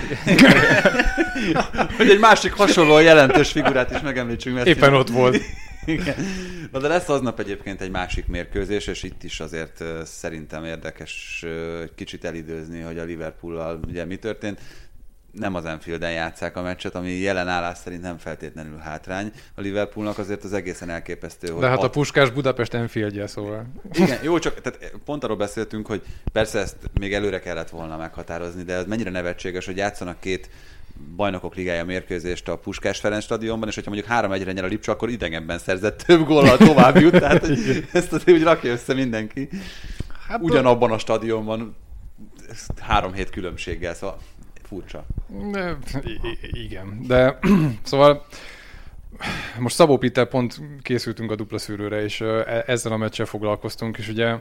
S1: Hogy egy másik hasonló jelentős figurát is megemlítsünk.
S4: Éppen ott volt.
S1: Igen. Na de lesz aznap egyébként egy másik mérkőzés, és itt is azért szerintem érdekes kicsit elidőzni, hogy a Liverpoollal ugye mi történt. Nem az Anfielden játsszák a meccset, ami jelen állás szerint nem feltétlenül hátrány. A Liverpoolnak azért az egészen elképesztő.
S4: De hát a Puskás Budapest Anfieldje, szóval.
S1: Igen, jó, csak tehát pont arról beszéltünk, hogy persze ezt még előre kellett volna meghatározni, de ez mennyire nevetséges, hogy játszanak 2 bajnokok ligája mérkőzést a Puskás Ferenc stadionban, és hogyha mondjuk 3-1-re nyer a Lipcse, akkor idegenben szerzett több góllal tovább jut, tehát ezt azért úgy rakja össze mindenki. Hát ugyanabban a stadionban 3 hét különbséggel, szóval furcsa.
S4: Igen, de szóval most Szabó Péter pont készültünk a dupla szűrőre, és ezzel a meccsel foglalkoztunk, és ugye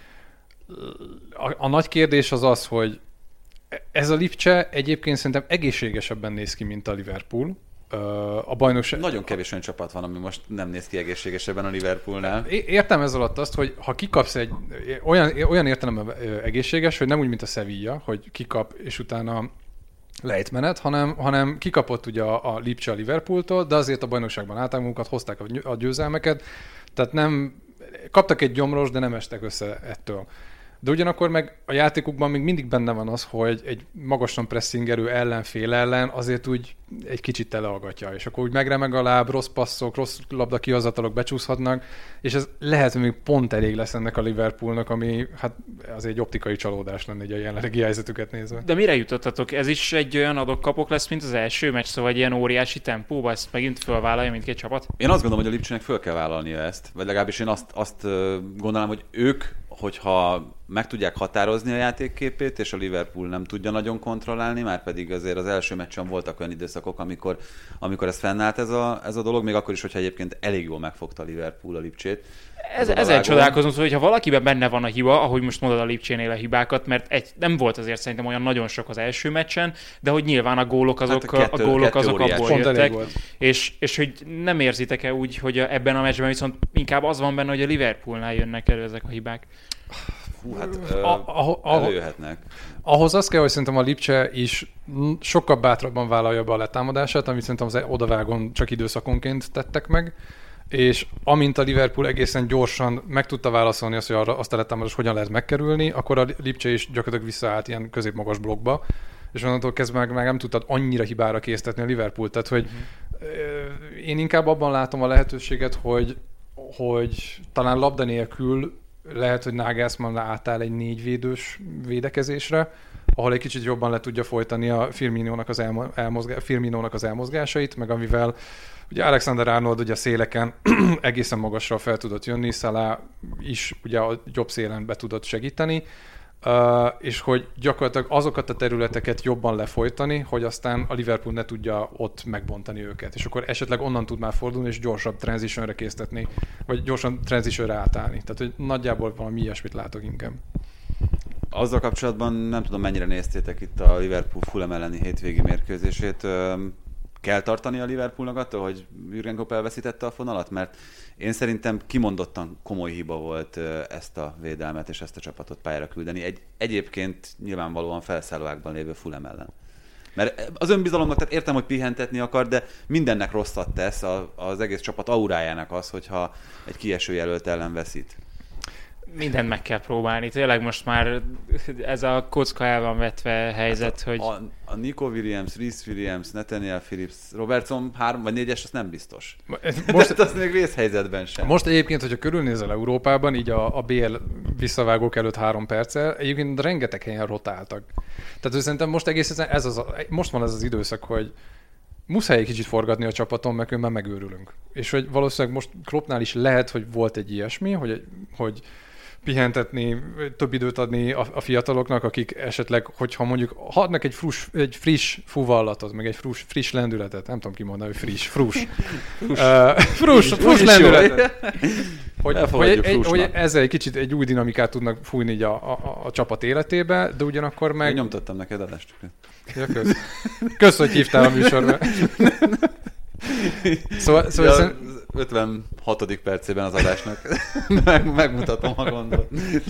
S4: a nagy kérdés az, hogy ez a Lipcse egyébként szerintem egészségesebben néz ki, mint a Liverpool. A bajnokság...
S1: Nagyon kevés olyan csapat van, ami most nem néz ki egészségesebben a Liverpoolnál.
S4: Értem ez alatt azt, hogy ha kikapsz egy olyan értelemben egészséges, hogy nem úgy, mint a Sevilla, hogy kikap, és utána lejtmenet, hanem kikapott ugye a Lipcse a Liverpooltól, de azért a bajnokságban állták magukat, hozták a győzelmeket, tehát nem kaptak egy gyomros, de nem estek össze ettől. De ugyanakkor meg a játékukban még mindig benne van az, hogy egy magasan pressingerő ellenfél ellen azért úgy egy kicsit teleaggatja, és akkor úgy megremeg a láb, rossz passzok, rossz labda kihozatalok becsúszhatnak, és ez lehet, hogy még pont elég lesz ennek a Liverpoolnak, ami hát azért egy optikai csalódás lenne egy a jelenlegi helyzetüket nézve.
S2: De mire jutottatok? Ez is egy olyan adok-kapok lesz, mint az első meccs, szóval egy ilyen óriási tempóba, ezt megint fölvállalja mindkét csapat?
S1: Én azt gondolom, hogy a Lipcsének föl kell vállalnia ezt, vagy legalábbis én azt gondolom, hogy ők, hogyha meg tudják határozni a játékképét, és a Liverpool nem tudja nagyon kontrollálni, már pedig azért az első meccsen voltak olyan időszakok, amikor ez fennállt ez a dolog, még akkor is, hogyha egyébként elég jól megfogta a Liverpool a Lipcsét.
S2: Ezzel csodálkozom, hogy ha valakiben benne van a hiba, ahogy most mondod a Lipcsénél a hibákat, mert nem volt azért szerintem olyan nagyon sok az első meccsen, de hogy nyilván a gólok azok, abból jöttek, és hogy nem érzitek-e úgy, hogy ebben a meccsben viszont inkább az van benne, hogy a Liverpoolnál jönnek elő ezek a hibák?
S1: Hú, hát előjöhetnek.
S4: Ahhoz azt kell, hogy szerintem a Lipcse is sokkal bátrabban vállalja be a letámadását, amit szerintem az odavágon csak időszakonként tettek meg, és amint a Liverpool egészen gyorsan meg tudta válaszolni azt, hogy azt a letámadást hogyan lehet megkerülni, akkor a Lipcse is gyakorlatilag visszaállt ilyen középmagas blokkba, és onnantól kezdve meg nem tudtad annyira hibára késztetni a Liverpool. Tehát, hogy én inkább abban látom a lehetőséget, hogy talán labda nélkül lehet, hogy Nagelsmann átáll egy 4 védős védekezésre, ahol egy kicsit jobban le tudja folytani a Firminónak az elmozgásait, meg amivel ugye Alexander-Arnold ugye a széleken egészen magasra fel tudott jönni, Salah is ugye a jobb szélen be tudott segíteni, és hogy gyakorlatilag azokat a területeket jobban lefolytani, hogy aztán a Liverpool ne tudja ott megbontani őket, és akkor esetleg onnan tud már fordulni, és gyorsabb transitionre késztetni, vagy gyorsan transitionre átállni. Tehát, hogy nagyjából valami ilyesmit látok inkább.
S1: Azzal kapcsolatban nem tudom, mennyire néztétek itt a Liverpool Fulham elleni hétvégi mérkőzését. Kell tartani a Liverpoolnak attól, hogy Jürgen Klopp elveszítette a fonalat? Mert én szerintem kimondottan komoly hiba volt ezt a védelmet és ezt a csapatot pályára küldeni. Egyébként nyilvánvalóan felszállóákban lévő Fulham ellen. Mert az önbizalomnak, tehát értem, hogy pihentetni akar, de mindennek rosszat tesz az egész csapat aurájának az, hogyha egy kieső jelölt ellen veszít.
S2: Mindent meg kell próbálni. Tényleg most már ez a kocka el van vetve helyzet, hogy...
S1: A Nico Williams, Reece Williams, Nathaniel Phillips, Robertson 3 vagy 4-es, az nem biztos. Most az még vészhelyzetben sem.
S4: Most egyébként, hogyha körülnézel Európában, így a BL visszavágók előtt 3 perccel, egyébként rengeteg helyen rotáltak. Tehát szerintem most egész most van ez az időszak, hogy muszáj egy kicsit forgatni a csapaton, mert már megőrülünk. És hogy valószínűleg most Kloppnál is lehet, hogy volt egy ilyesmi, hogy pihentetni, több időt adni a fiataloknak, akik esetleg, hogyha mondjuk adnak egy friss fuvallatot, meg egy friss lendületet, nem tudom ki mondani, hogy friss lendületet. Hogy ezzel egy kicsit egy új dinamikát tudnak fújni így a csapat életébe, de ugyanakkor meg...
S1: Én nyomtattam neked adást.
S4: Ja, kösz, hogy hívtál a műsorba. Szóval
S1: 56. percében az adásnak megmutatom a gondot.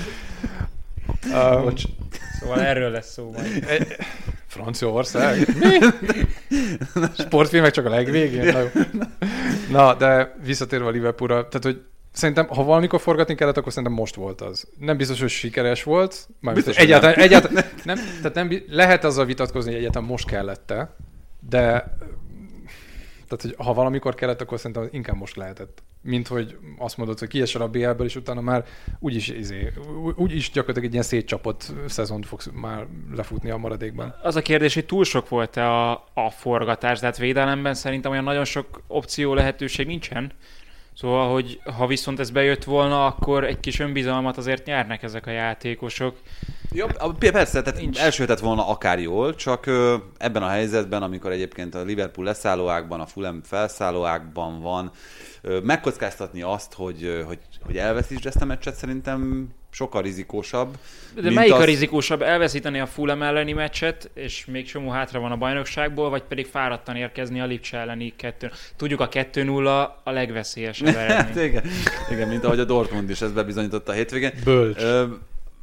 S2: Szóval erről lesz szó majd.
S4: Franciaország? Mi? Sportfilmek csak a legvégén? Na, de visszatérve a Liverpoolra, tehát hogy szerintem, ha valamikor forgatni kellett, akkor szerintem most volt az. Nem biztos, hogy sikeres volt.
S1: Biztos,
S4: egyáltalán lehet azzal vitatkozni, hogy egyáltalán most kellett-e, de tehát, hogy ha valamikor kellett, akkor szerintem inkább most lehetett. Mint hogy azt mondod, hogy kiesel a BL-ből, és utána már úgyis gyakorlatilag egy ilyen szétcsapott szezont fogsz már lefutni a maradékban.
S2: Az a kérdés, hogy túl sok volt-e a forgatás, tehát védelemben szerintem olyan nagyon sok opció lehetőség nincsen. Szóval, hogy ha viszont ez bejött volna, akkor egy kis önbizalmat azért nyernek ezek a játékosok.
S1: Jó, persze, tehát elsőhetett volna akár jól, csak ebben a helyzetben, amikor egyébként a Liverpool leszállóákban, a Fulham felszállóákban van, megkockáztatni azt, hogy elveszítsd ezt a meccset, szerintem sokkal rizikósabb.
S2: De melyik a rizikósabb? Elveszíteni a Fulham elleni meccset, és még csomó hátra van a bajnokságból, vagy pedig fáradtan érkezni a Lipcse elleni 2-0. Tudjuk, a 2-0 a legveszélyesebb eredmény.
S1: Igen, mint ahogy a Dortmund is ezt bebizonyította a hétvégén.
S4: Bölcs.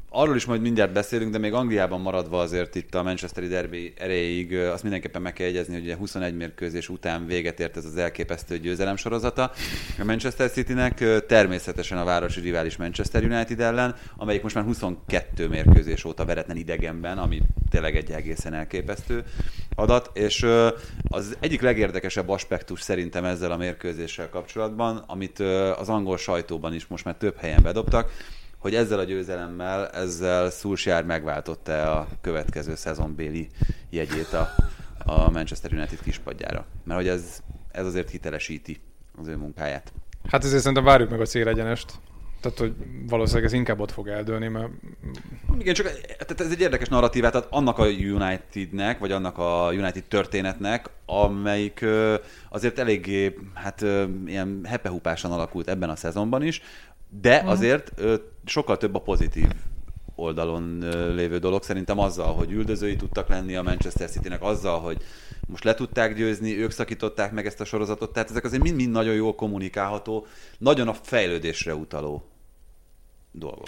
S1: arról is majd mindjárt beszélünk, de még Angliában maradva azért itt a Manchesteri derby erejéig azt mindenképpen meg kell jegyezni, hogy ugye 21 mérkőzés után véget ért ez az elképesztő győzelemsorozata a Manchester Citynek, természetesen a városi rivális Manchester United ellen, amelyik most már 22 mérkőzés óta veretlen idegenben, ami tényleg egy egészen elképesztő adat, és az egyik legérdekesebb aspektus szerintem ezzel a mérkőzéssel kapcsolatban, amit az angol sajtóban is most már több helyen bedobtak, hogy ezzel a győzelemmel, ezzel Solskjaer megváltotta a következő szezonbéli jegyét a Manchester United kispadjára. Mert hogy ez azért hitelesíti az ő munkáját.
S4: Hát ezért szerintem várjuk meg a célegyenest. Tehát, hogy valószínűleg ez inkább ott fog eldőlni, mert...
S1: Igen, csak ez egy érdekes narratívát, tehát annak a Unitednek, vagy annak a United történetnek, amelyik azért eléggé ilyen hepehupásan alakult ebben a szezonban is, de azért sokkal több a pozitív oldalon lévő dolog. Szerintem azzal, hogy üldözői tudtak lenni a Manchester Citynek, azzal, hogy most le tudták győzni, ők szakították meg ezt a sorozatot, tehát ezek azért mind-mind nagyon jól kommunikálható, nagyon a fejlődésre utaló dolgok.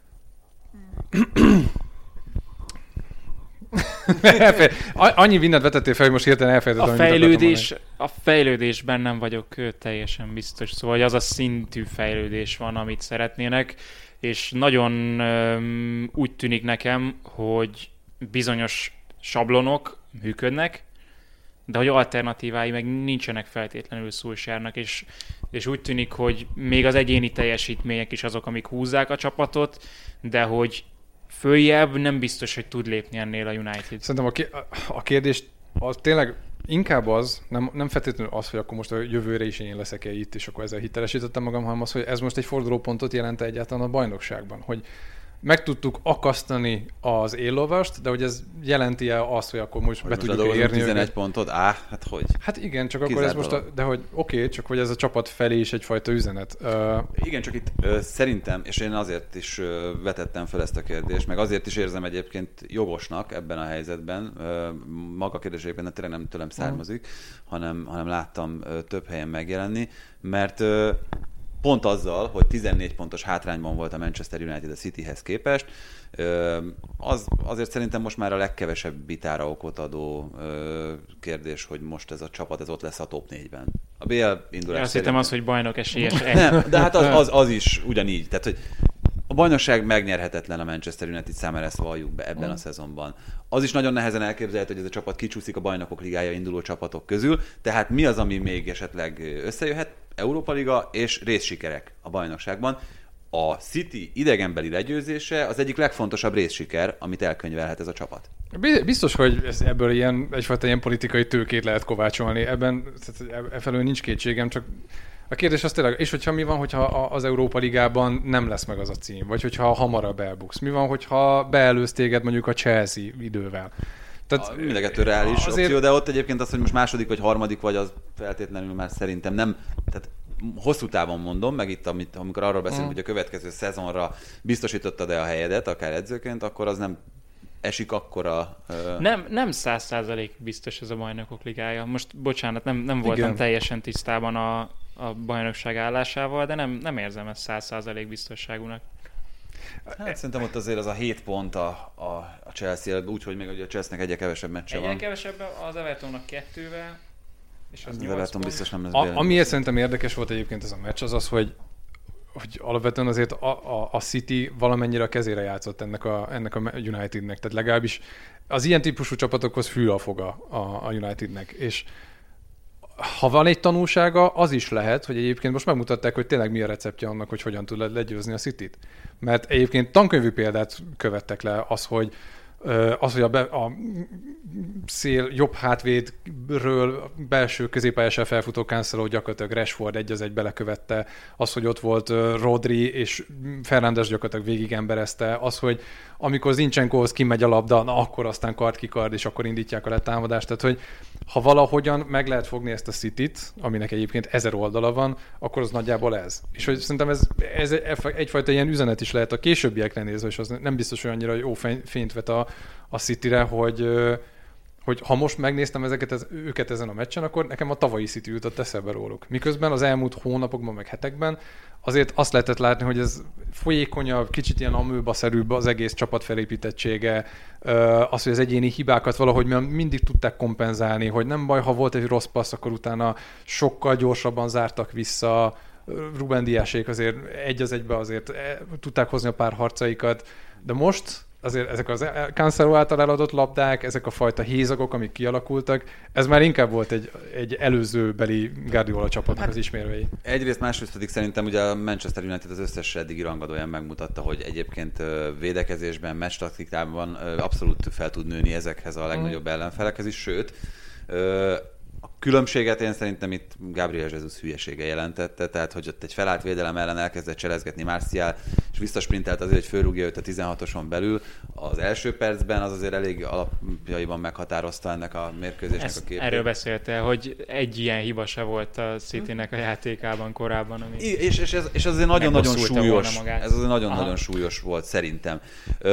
S4: Annyi mindent vetettél fel, hogy most hirtelen elfelejtettem.
S2: A fejlődésben nem vagyok teljesen biztos, szóval az a szintű fejlődés van, amit szeretnének, és nagyon úgy tűnik nekem, hogy bizonyos sablonok működnek, de hogy alternatívái meg nincsenek feltétlenül Solskjaernak, és úgy tűnik, hogy még az egyéni teljesítmények is azok, amik húzzák a csapatot, de hogy följebb nem biztos, hogy tud lépni ennél a United.
S4: Szerintem a kérdés az tényleg inkább az, nem feltétlenül az, hogy akkor most a jövőre is én leszek-e itt, és akkor ezzel hitelesítettem magam, hanem az, hogy ez most egy fordulópontot jelent egyáltalán a bajnokságban, hogy meg tudtuk akasztani az éllovast, de hogy ez jelenti-e azt, hogy akkor most be tudjuk érni
S1: 11 pontot? Hát hogy?
S4: Hát igen, csak akkor ez most, de hogy oké, csak hogy ez a csapat felé is egyfajta üzenet.
S1: Igen, csak itt szerintem, és én azért is vetettem fel ezt a kérdést, meg azért is érzem egyébként jogosnak ebben a helyzetben, maga kérdésében tényleg nem tőlem származik, hanem láttam több helyen megjelenni, mert pont azzal, hogy 14 pontos hátrányban volt a Manchester United a Cityhez képest, azért szerintem most már a legkevesebb vitára okot adó kérdés, hogy most ez a csapat ott lesz a top 4-ben. A BL indulás
S2: azt hittem az, hogy bajnok esélyes.
S1: Nem, de hát az is ugyanígy. Tehát, hogy a bajnokság megnyerhetetlen a Manchester United számára, ezt valljuk be ebben a szezonban. Az is nagyon nehezen elképzelhető, hogy ez a csapat kicsúszik a Bajnokok Ligája induló csapatok közül, tehát mi az, ami még esetleg összejöhet? Európa Liga és részsikerek a bajnokságban. A City idegenbeli legyőzése az egyik legfontosabb részsiker, amit elkönyvelhet ez a csapat.
S4: Biztos, hogy ebből egyfajta ilyen politikai tőkét lehet kovácsolni. Efelől nincs kétségem, csak a kérdés az tényleg, és hogyha mi van, hogyha az Európa Ligában nem lesz meg az a cím, vagy hogyha hamarabb elbuksz? Mi van, hogyha beelőz téged mondjuk a Chelsea idővel?
S1: Mindenkettő reális opció, de ott egyébként az, hogy most második vagy harmadik vagy, az feltétlenül már szerintem nem, tehát hosszú távon mondom, meg itt, amikor arról beszélünk, hogy a következő szezonra biztosítottad-e a helyedet, akár edzőként, akkor az nem esik akkora...
S2: Nem 100% biztos ez a Bajnokok Ligája. Most bocsánat, nem voltam teljesen tisztában a bajnokság állásával, de nem érzem ezt 100% biztosságúnak.
S1: Hát szerintem ott azért az a 7 pont a Chelsea, úgyhogy még ugye a Chelsea-nek egyre kevesebb meccse van.
S2: Egyen kevesebb az Evertonnak 2-vel, és az 8
S1: Everton
S2: pont.
S1: biztos nem lesz
S4: Amiért szerintem érdekes volt egyébként ez a meccs, az, hogy alapvetően azért a City valamennyire a kezére játszott ennek a Unitednek, tehát legalábbis az ilyen típusú csapatokhoz fű a foga a Unitednek, és ha van egy tanulsága, az is lehet, hogy egyébként most megmutatták, hogy tényleg mi a receptje annak, hogy hogyan tud legyőzni a Cityt. Mert egyébként tankönyvű példát követtek le az, hogy a szél jobb hátvédről belső középpályással felfutó Cancelo gyakorlatilag Rashford 1-1 belekövette, az, hogy ott volt Rodri és Fernandes gyakorlatilag végig emberezte, az, hogy amikor Zincsenkóhoz kimegy a labda, akkor aztán kard, és akkor indítják a letámadást. Tehát, hogy ha valahogyan meg lehet fogni ezt a Cityt, aminek egyébként 1000 oldala van, akkor az nagyjából ez. És hogy szerintem ez egyfajta ilyen üzenet is lehet a későbbiekre nézve, és az nem biztos, hogy annyira jó fényt vet a Cityre, hogy hogy ha most megnéztem őket ezen a meccsen, akkor nekem a tavalyi City jutott eszembe róluk. Miközben az elmúlt hónapokban, meg hetekben azért azt lehetett látni, hogy ez folyékonyabb, kicsit ilyen amőbaszerűbb az egész csapat felépítettsége, az, hogy az egyéni hibákat valahogy mindig tudták kompenzálni, hogy nem baj, ha volt egy rossz passz, akkor utána sokkal gyorsabban zártak vissza. Ruben Diasék azért egy az egybe azért tudták hozni a pár harcaikat, de most azért ezek az Cancelo által eladott labdák, ezek a fajta hézagok, amik kialakultak, ez már inkább volt egy előzőbeli Guardiola csapatnak az ismérvei.
S1: Egyrészt, másrészt pedig szerintem ugye a Manchester United az összes eddigi rangadóján megmutatta, hogy egyébként védekezésben, meccs taktikában abszolút fel tud nőni ezekhez a legnagyobb ellenfelekhez is, sőt, a különbséget én szerintem itt Gabriel Jesus hülyesége jelentette, tehát hogy ott egy felállt védelem ellen elkezdett cselezgetni Martial, és visszasprintelt azért, hogy fölrúgja őt a 16-oson belül. Az első percben az azért elég alapjaiban meghatározta ennek a mérkőzésnek a képét.
S2: Erről beszéltél, hogy egy ilyen hiba se volt a Citynek a játékában korábban. Ami
S1: és azért nagyon-nagyon súlyos. Ez azért nagyon-nagyon súlyos volt szerintem.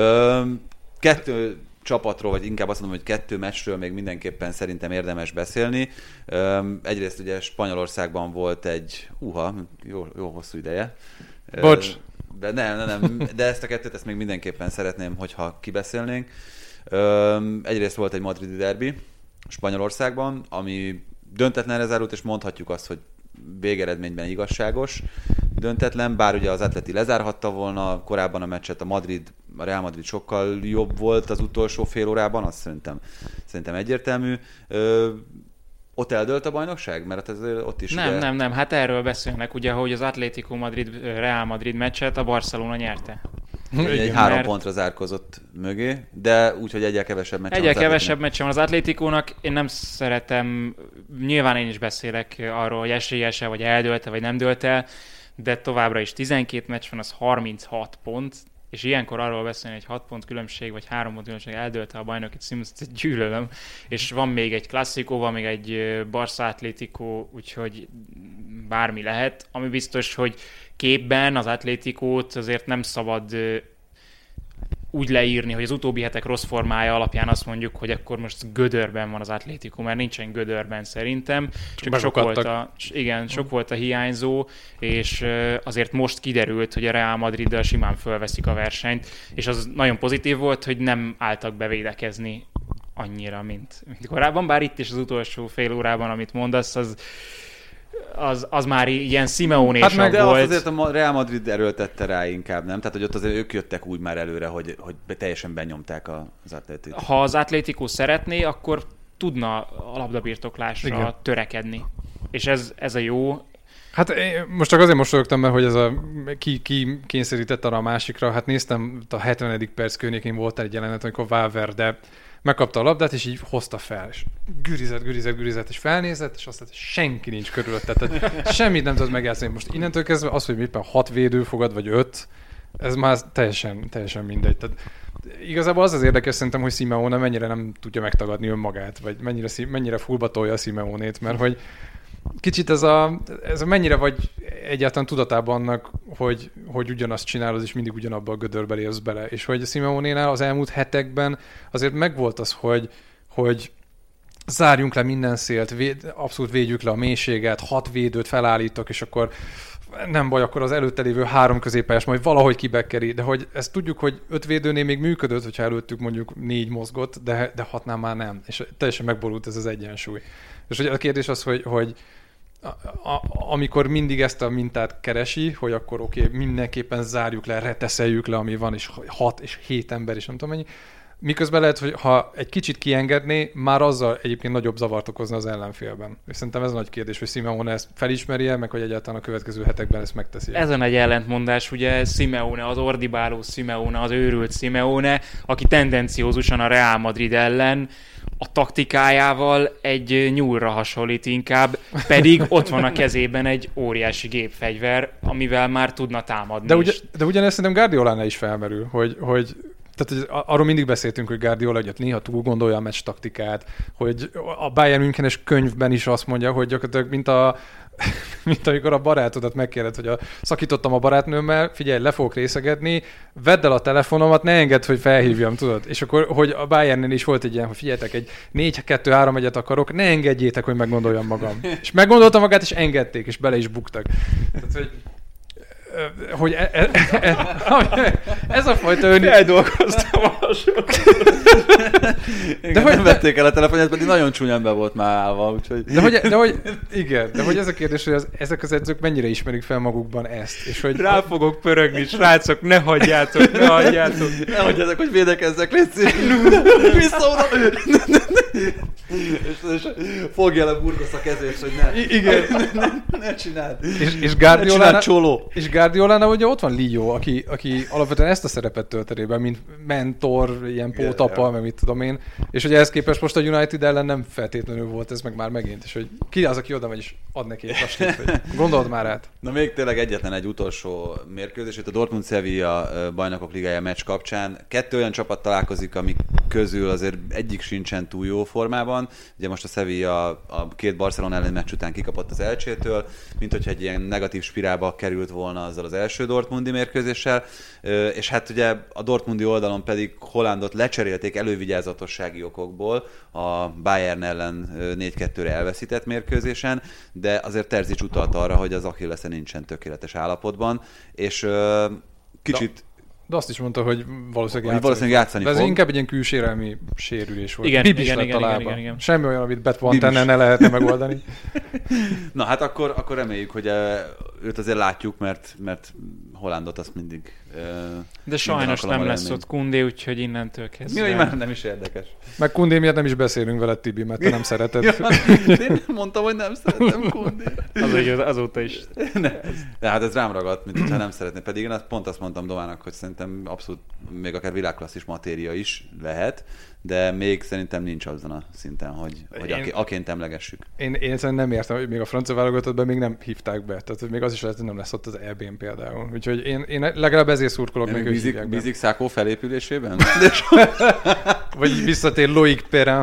S1: Kettő csapatról, vagy inkább azt mondom, hogy 2 meccsről még mindenképpen szerintem érdemes beszélni. Egyrészt ugye Spanyolországban volt egy, jó hosszú ideje.
S4: Bocs!
S1: De nem, de ezt a 2-t még mindenképpen szeretném, hogyha kibeszélnénk. Egyrészt volt egy madridi derbi Spanyolországban, ami döntetlenre zárult, és mondhatjuk azt, hogy végeredményben igazságos döntetlen, bár ugye az Atleti lezárhatta volna korábban a meccset, a Real Madrid sokkal jobb volt az utolsó fél órában, azt szerintem egyértelmű. Ott eldőlt a bajnokság? Mert ott is...
S2: Nem, hát erről beszélnek, ugye, hogy az Atlético Madrid, Real Madrid meccset a Barcelona nyerte.
S1: Egy 3 pontra zárkozott mögé, de úgyhogy egyel kevesebb meccsen.
S2: Egyel kevesebb meccsen van az Atlétikónak. Én nem szeretem, nyilván én is beszélek arról, hogy esélyese, vagy eldőlte, vagy nem dőlt el, de továbbra is 12 meccs van, az 36 pont, és ilyenkor arról beszélni, hogy 6 pont különbség, vagy 3 pont különbség eldőlte a bajnoki címet, gyűlölöm. És van még egy klasszikó, van még egy Barca Atlético, úgyhogy bármi lehet. Ami biztos, hogy képben az Atlétikót azért nem szabad úgy leírni, hogy az utóbbi hetek rossz formája alapján azt mondjuk, hogy akkor most gödörben van az Atlético, mert nincsen gödörben szerintem. Csak sok volt a hiányzó, és azért most kiderült, hogy a Real Madriddal simán fölveszik a versenyt, és az nagyon pozitív volt, hogy nem álltak bevédekezni annyira, mint korábban, bár itt is az utolsó fél órában, amit mondasz, az már ilyen Simeone-sabb
S1: volt. De
S2: volt.
S1: azért a Real Madrid erőltette rá inkább, nem? Tehát, hogy ott azért ők jöttek úgy már előre, hogy teljesen benyomták az Atlétikót.
S2: Ha az Atlético szeretné, akkor tudna a labdabirtoklásra törekedni. És ez a jó.
S4: Hát most csak azért mosolyogtam, mert hogy ez ki kényszerített arra a másikra. Hát néztem, a 70. perc környékén volt egy jelenet, amikor Valverde megkapta a labdát, és így hozta fel, és gürizett, és felnézett, és azt mondta, hogy senki nincs körülötte. Tehát semmit nem tudod megjátszani. Most innentől kezdve az, hogy éppen 6 védő fogad, vagy 5, ez már teljesen mindegy. Tehát igazából az érdekes szerintem, hogy Simeone mennyire nem tudja megtagadni önmagát, vagy mennyire fullba tolja a Simeonét, mert hogy kicsit ez mennyire vagy egyáltalán tudatában annak, hogy ugyanazt csinálod, és mindig ugyanabba a gödörbe lépsz bele. És hogy a Simeonénál az elmúlt hetekben azért megvolt az, hogy zárjunk le minden szélt, abszolút védjük le a mélységet, 6 védőt felállítok, és akkor nem baj, akkor az előtte lévő 3 középpályás majd valahogy kibekkeri, de hogy ezt tudjuk, hogy 5 védőnél még működött, hogyha előttük mondjuk 4 mozgott, de 6-nál már nem. És teljesen megborult ez az egyensúly. És a kérdés az, hogy amikor mindig ezt a mintát keresi, hogy akkor oké, mindenképpen zárjuk le, reteszeljük le, ami van, és 6 és 7 ember, és nem tudom mennyi. Miközben lehet, hogy ha egy kicsit kiengedné, már azzal egyébként nagyobb zavart okozna az ellenfélben. És szerintem ez a nagy kérdés, hogy Simeone ezt felismerje, meg hogy egyáltalán a következő hetekben ezt megteszi.
S2: Ezen egy ellentmondás, ugye Simeone, az ordibáló Simeone, az őrült Simeone, aki tendenciózusan a Real Madrid ellen a taktikájával egy nyúlra hasonlít inkább, pedig ott van a kezében egy óriási gépfegyver, amivel már tudna támadni.
S4: De ugyanezt szerintem Guardiolánál is felmerül, hogy tehát arról mindig beszéltünk, hogy Guardiola néha túl gondolja a meccs taktikát, hogy a Bayern Münchenes könyvben is azt mondja, hogy gyakorlatilag mint mint amikor a barátodat megkérded, hogy szakítottam a barátnőmmel, figyelj, le fogok részegedni, vedd el a telefonomat, ne engedd, hogy felhívjam, tudod? És akkor, hogy a Bayernnél is volt egy ilyen, hogy figyeljetek, egy 4-2-3-1-et akarok, ne engedjétek, hogy meggondoljam magam. És meggondolta magát, és engedték, és bele is buktak. Tehát, hogy ez a fajta
S2: Eldolgoztam a
S1: de hogy nem vették el a telefonját, pedig nagyon csúnyán be volt már állva, úgyhogy...
S4: De hogy ez a kérdés, hogy ezek az edzők mennyire ismerik fel magukban ezt, és hogy...
S2: Rá fogok pörögni, srácok, ne hagyjátok. Ne
S1: hagyjátok, hogy védekezzek, légy szíves. Vissza oda! És fogja le Burgos a kezét, hogy ne.
S4: Igen.
S1: Ne csináld.
S4: És Guardiolánál ugye ott van Lio, aki alapvetően ezt a szerepet töltelébe, mint mentor, ilyen pótapa, meg mit tudom én. És ugye ehhez képest most a United ellen nem feltétlenül volt ez meg már megint. És hogy ki az, aki oda megy és ad neki egy pastit, hogy gondold már át.
S1: Na még tényleg egyetlen egy utolsó mérkőzés, itt a Dortmund-Sevilla bajnokok ligája meccs kapcsán. 2 olyan csapat találkozik, amik közül azért egyik sincsen túl jó formában. Ugye most a Sevilla a 2 Barcelona ellen meccs után kikapott az Elcsétől, mint hogyha egy ilyen negatív spirálba került volna azzal az első dortmundi mérkőzéssel, és hát ugye a dortmundi oldalon pedig Haalandot lecserélték elővigyázatossági okokból a Bayern ellen 4-2-re elveszített mérkőzésen, de azért Terzic utalt arra, hogy az Achillesze nincsen tökéletes állapotban, és kicsit...
S4: De azt is mondta, hogy valószínűleg
S1: játszani fog.
S4: De ez inkább egy ilyen külsérelmi sérülés volt.
S2: Igen.
S4: Semmi olyan, amit Bet Van Tenen ne lehetne megoldani.
S1: Na hát akkor reméljük, hogy őt azért látjuk, mert Haalandot azt mindig...
S2: De sajnos nem lesz ott Koundé, úgyhogy innentől kezdve...
S1: Mi, már nem is érdekes.
S4: Meg Koundé miatt nem is beszélünk veled, Tibi, mert te nem szereted.
S1: Én mondtam, hogy nem szeretem Koundét.
S2: Azóta is.
S1: De hát ez rám ragadt, mint hogyha nem szeretné. Pedig én pont azt mondtam Domának, hogy szerintem abszolút még akár világklasszis matéria is lehet, de még szerintem nincs azon a szinten, hogy aként emlegessük.
S4: Én szerintem nem értem, hogy még a francia válogatottban még nem hívták be. Tehát hogy még az is lehet, hogy nem lesz ott az EB-n például. Úgyhogy én legalább ezért szurkolok meg, hogy hívják be.
S1: Bízik Szákó felépülésében?
S4: Vagy visszatér Loic Perrin.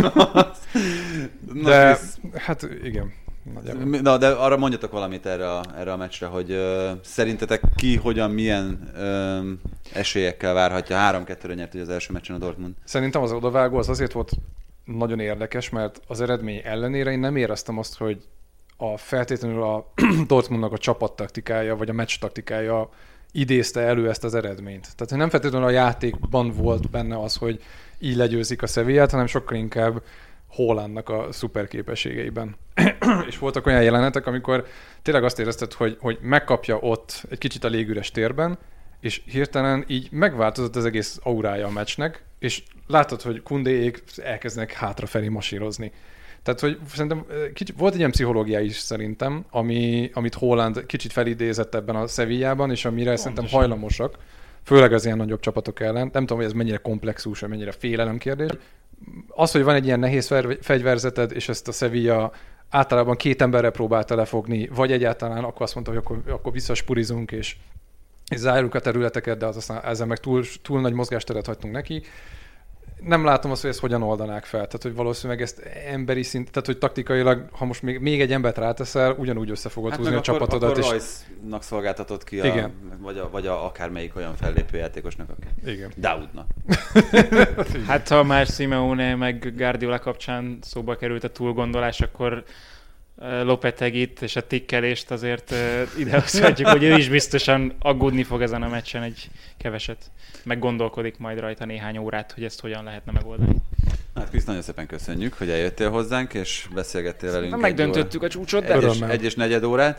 S4: De hát igen.
S1: Na, de arra mondjatok valamit erre a meccsre, hogy szerintetek ki, hogyan, milyen esélyekkel várhatja. 3-2-re nyert ugye az első meccsen a Dortmund.
S4: Szerintem az odavágó az azért volt nagyon érdekes, mert az eredmény ellenére én nem éreztem azt, hogy feltétlenül a Dortmundnak a csapattaktikája, vagy a meccs taktikája idézte elő ezt az eredményt. Tehát nem feltétlenül a játékban volt benne az, hogy így legyőzik a Sevillát, hanem sokkal inkább Haalandnak a szuper képességeiben. És voltak olyan jelenetek, amikor tényleg azt érezted, hogy megkapja ott egy kicsit a légüres térben, és hirtelen így megváltozott az egész aurája a meccsnek, és látod, hogy Koundéék elkezdenek hátrafelé masírozni. Tehát, hogy szerintem volt egy ilyen pszichológia is szerintem, amit Haaland kicsit felidézett ebben a Sevillában, és amire szerintem hajlamosak, főleg az ilyen nagyobb csapatok ellen. Nem tudom, hogy ez mennyire komplexus, vagy mennyire félelem kérdés. Az, hogy van egy ilyen nehéz fegyverzeted, és ezt a Sevilla általában 2 emberre próbálta lefogni, vagy egyáltalán akkor azt mondta, hogy akkor visszaspurizunk, és zárjuk a területeket, de aztán ezzel meg túl nagy mozgásteret hagytunk neki. Nem látom azt, hogy ezt hogyan oldanák fel. Tehát, hogy valószínűleg ezt emberi szint, tehát, hogy taktikailag, ha most még egy embert ráteszel, ugyanúgy össze fogod húzni a csapatodat.
S1: Akkor Royce-nak szolgáltatott ki, vagy akármelyik olyan fellépő játékosnak, aki Daoudnak.
S2: Hát, ha már Simeone meg Guardiola kapcsán szóba került a túlgondolás, akkor Lopetegit és a tikkelést azért idehozhatjuk, hogy ő is biztosan aggódni fog ezen a meccsen egy keveset. Meg gondolkodik majd rajta néhány órát, hogy ezt hogyan lehetne megoldani.
S1: Hát Krisz, nagyon szépen köszönjük, hogy eljöttél hozzánk, és beszélgettél velünk.
S2: Megdöntöttük a csúcsot, de...
S1: 1,4 órát.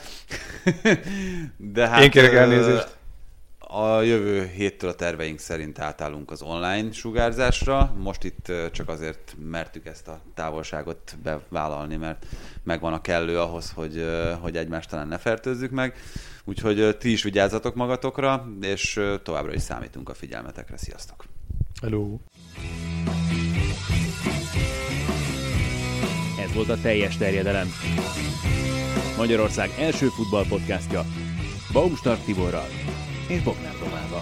S1: De hát...
S4: Én kérek elnézést.
S1: A jövő héttől a terveink szerint átállunk az online sugárzásra. Most itt csak azért mertük ezt a távolságot bevállalni, mert megvan a kellő ahhoz, hogy egymást talán ne fertőzzük meg. Úgyhogy ti is vigyázzatok magatokra, és továbbra is számítunk a figyelmetekre. Sziasztok!
S4: Hello!
S3: Ez volt a Teljes Terjedelem. Magyarország első futballpodcastja Baumstark Tiborral és Bognár Domával.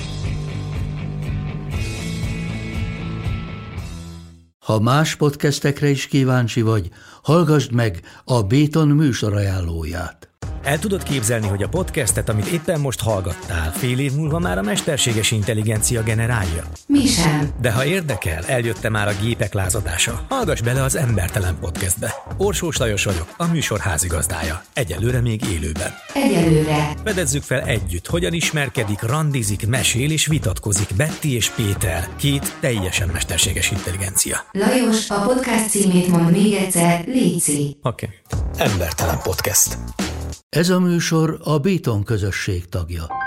S5: Ha más podcastekre is kíváncsi vagy, hallgassd meg a Béton műsor ajánlóját.
S6: El tudod képzelni, hogy a podcastet, amit éppen most hallgattál, fél év múlva már a mesterséges intelligencia generálja?
S7: Mi sem.
S6: De ha érdekel, eljött már a gépek lázadása. Hallgass bele az Embertelen Podcastbe. Orsós Lajos vagyok, a műsor házigazdája. Egyelőre még élőben.
S7: Egyelőre.
S6: Fedezzük fel együtt, hogyan ismerkedik, randizik, mesél és vitatkozik Betty és Péter, két teljesen mesterséges intelligencia.
S7: Lajos, a podcast címét mond még egyszer, léci.
S6: Oké. Embertelen Podcast.
S5: Ez a műsor a Béton közösség tagja.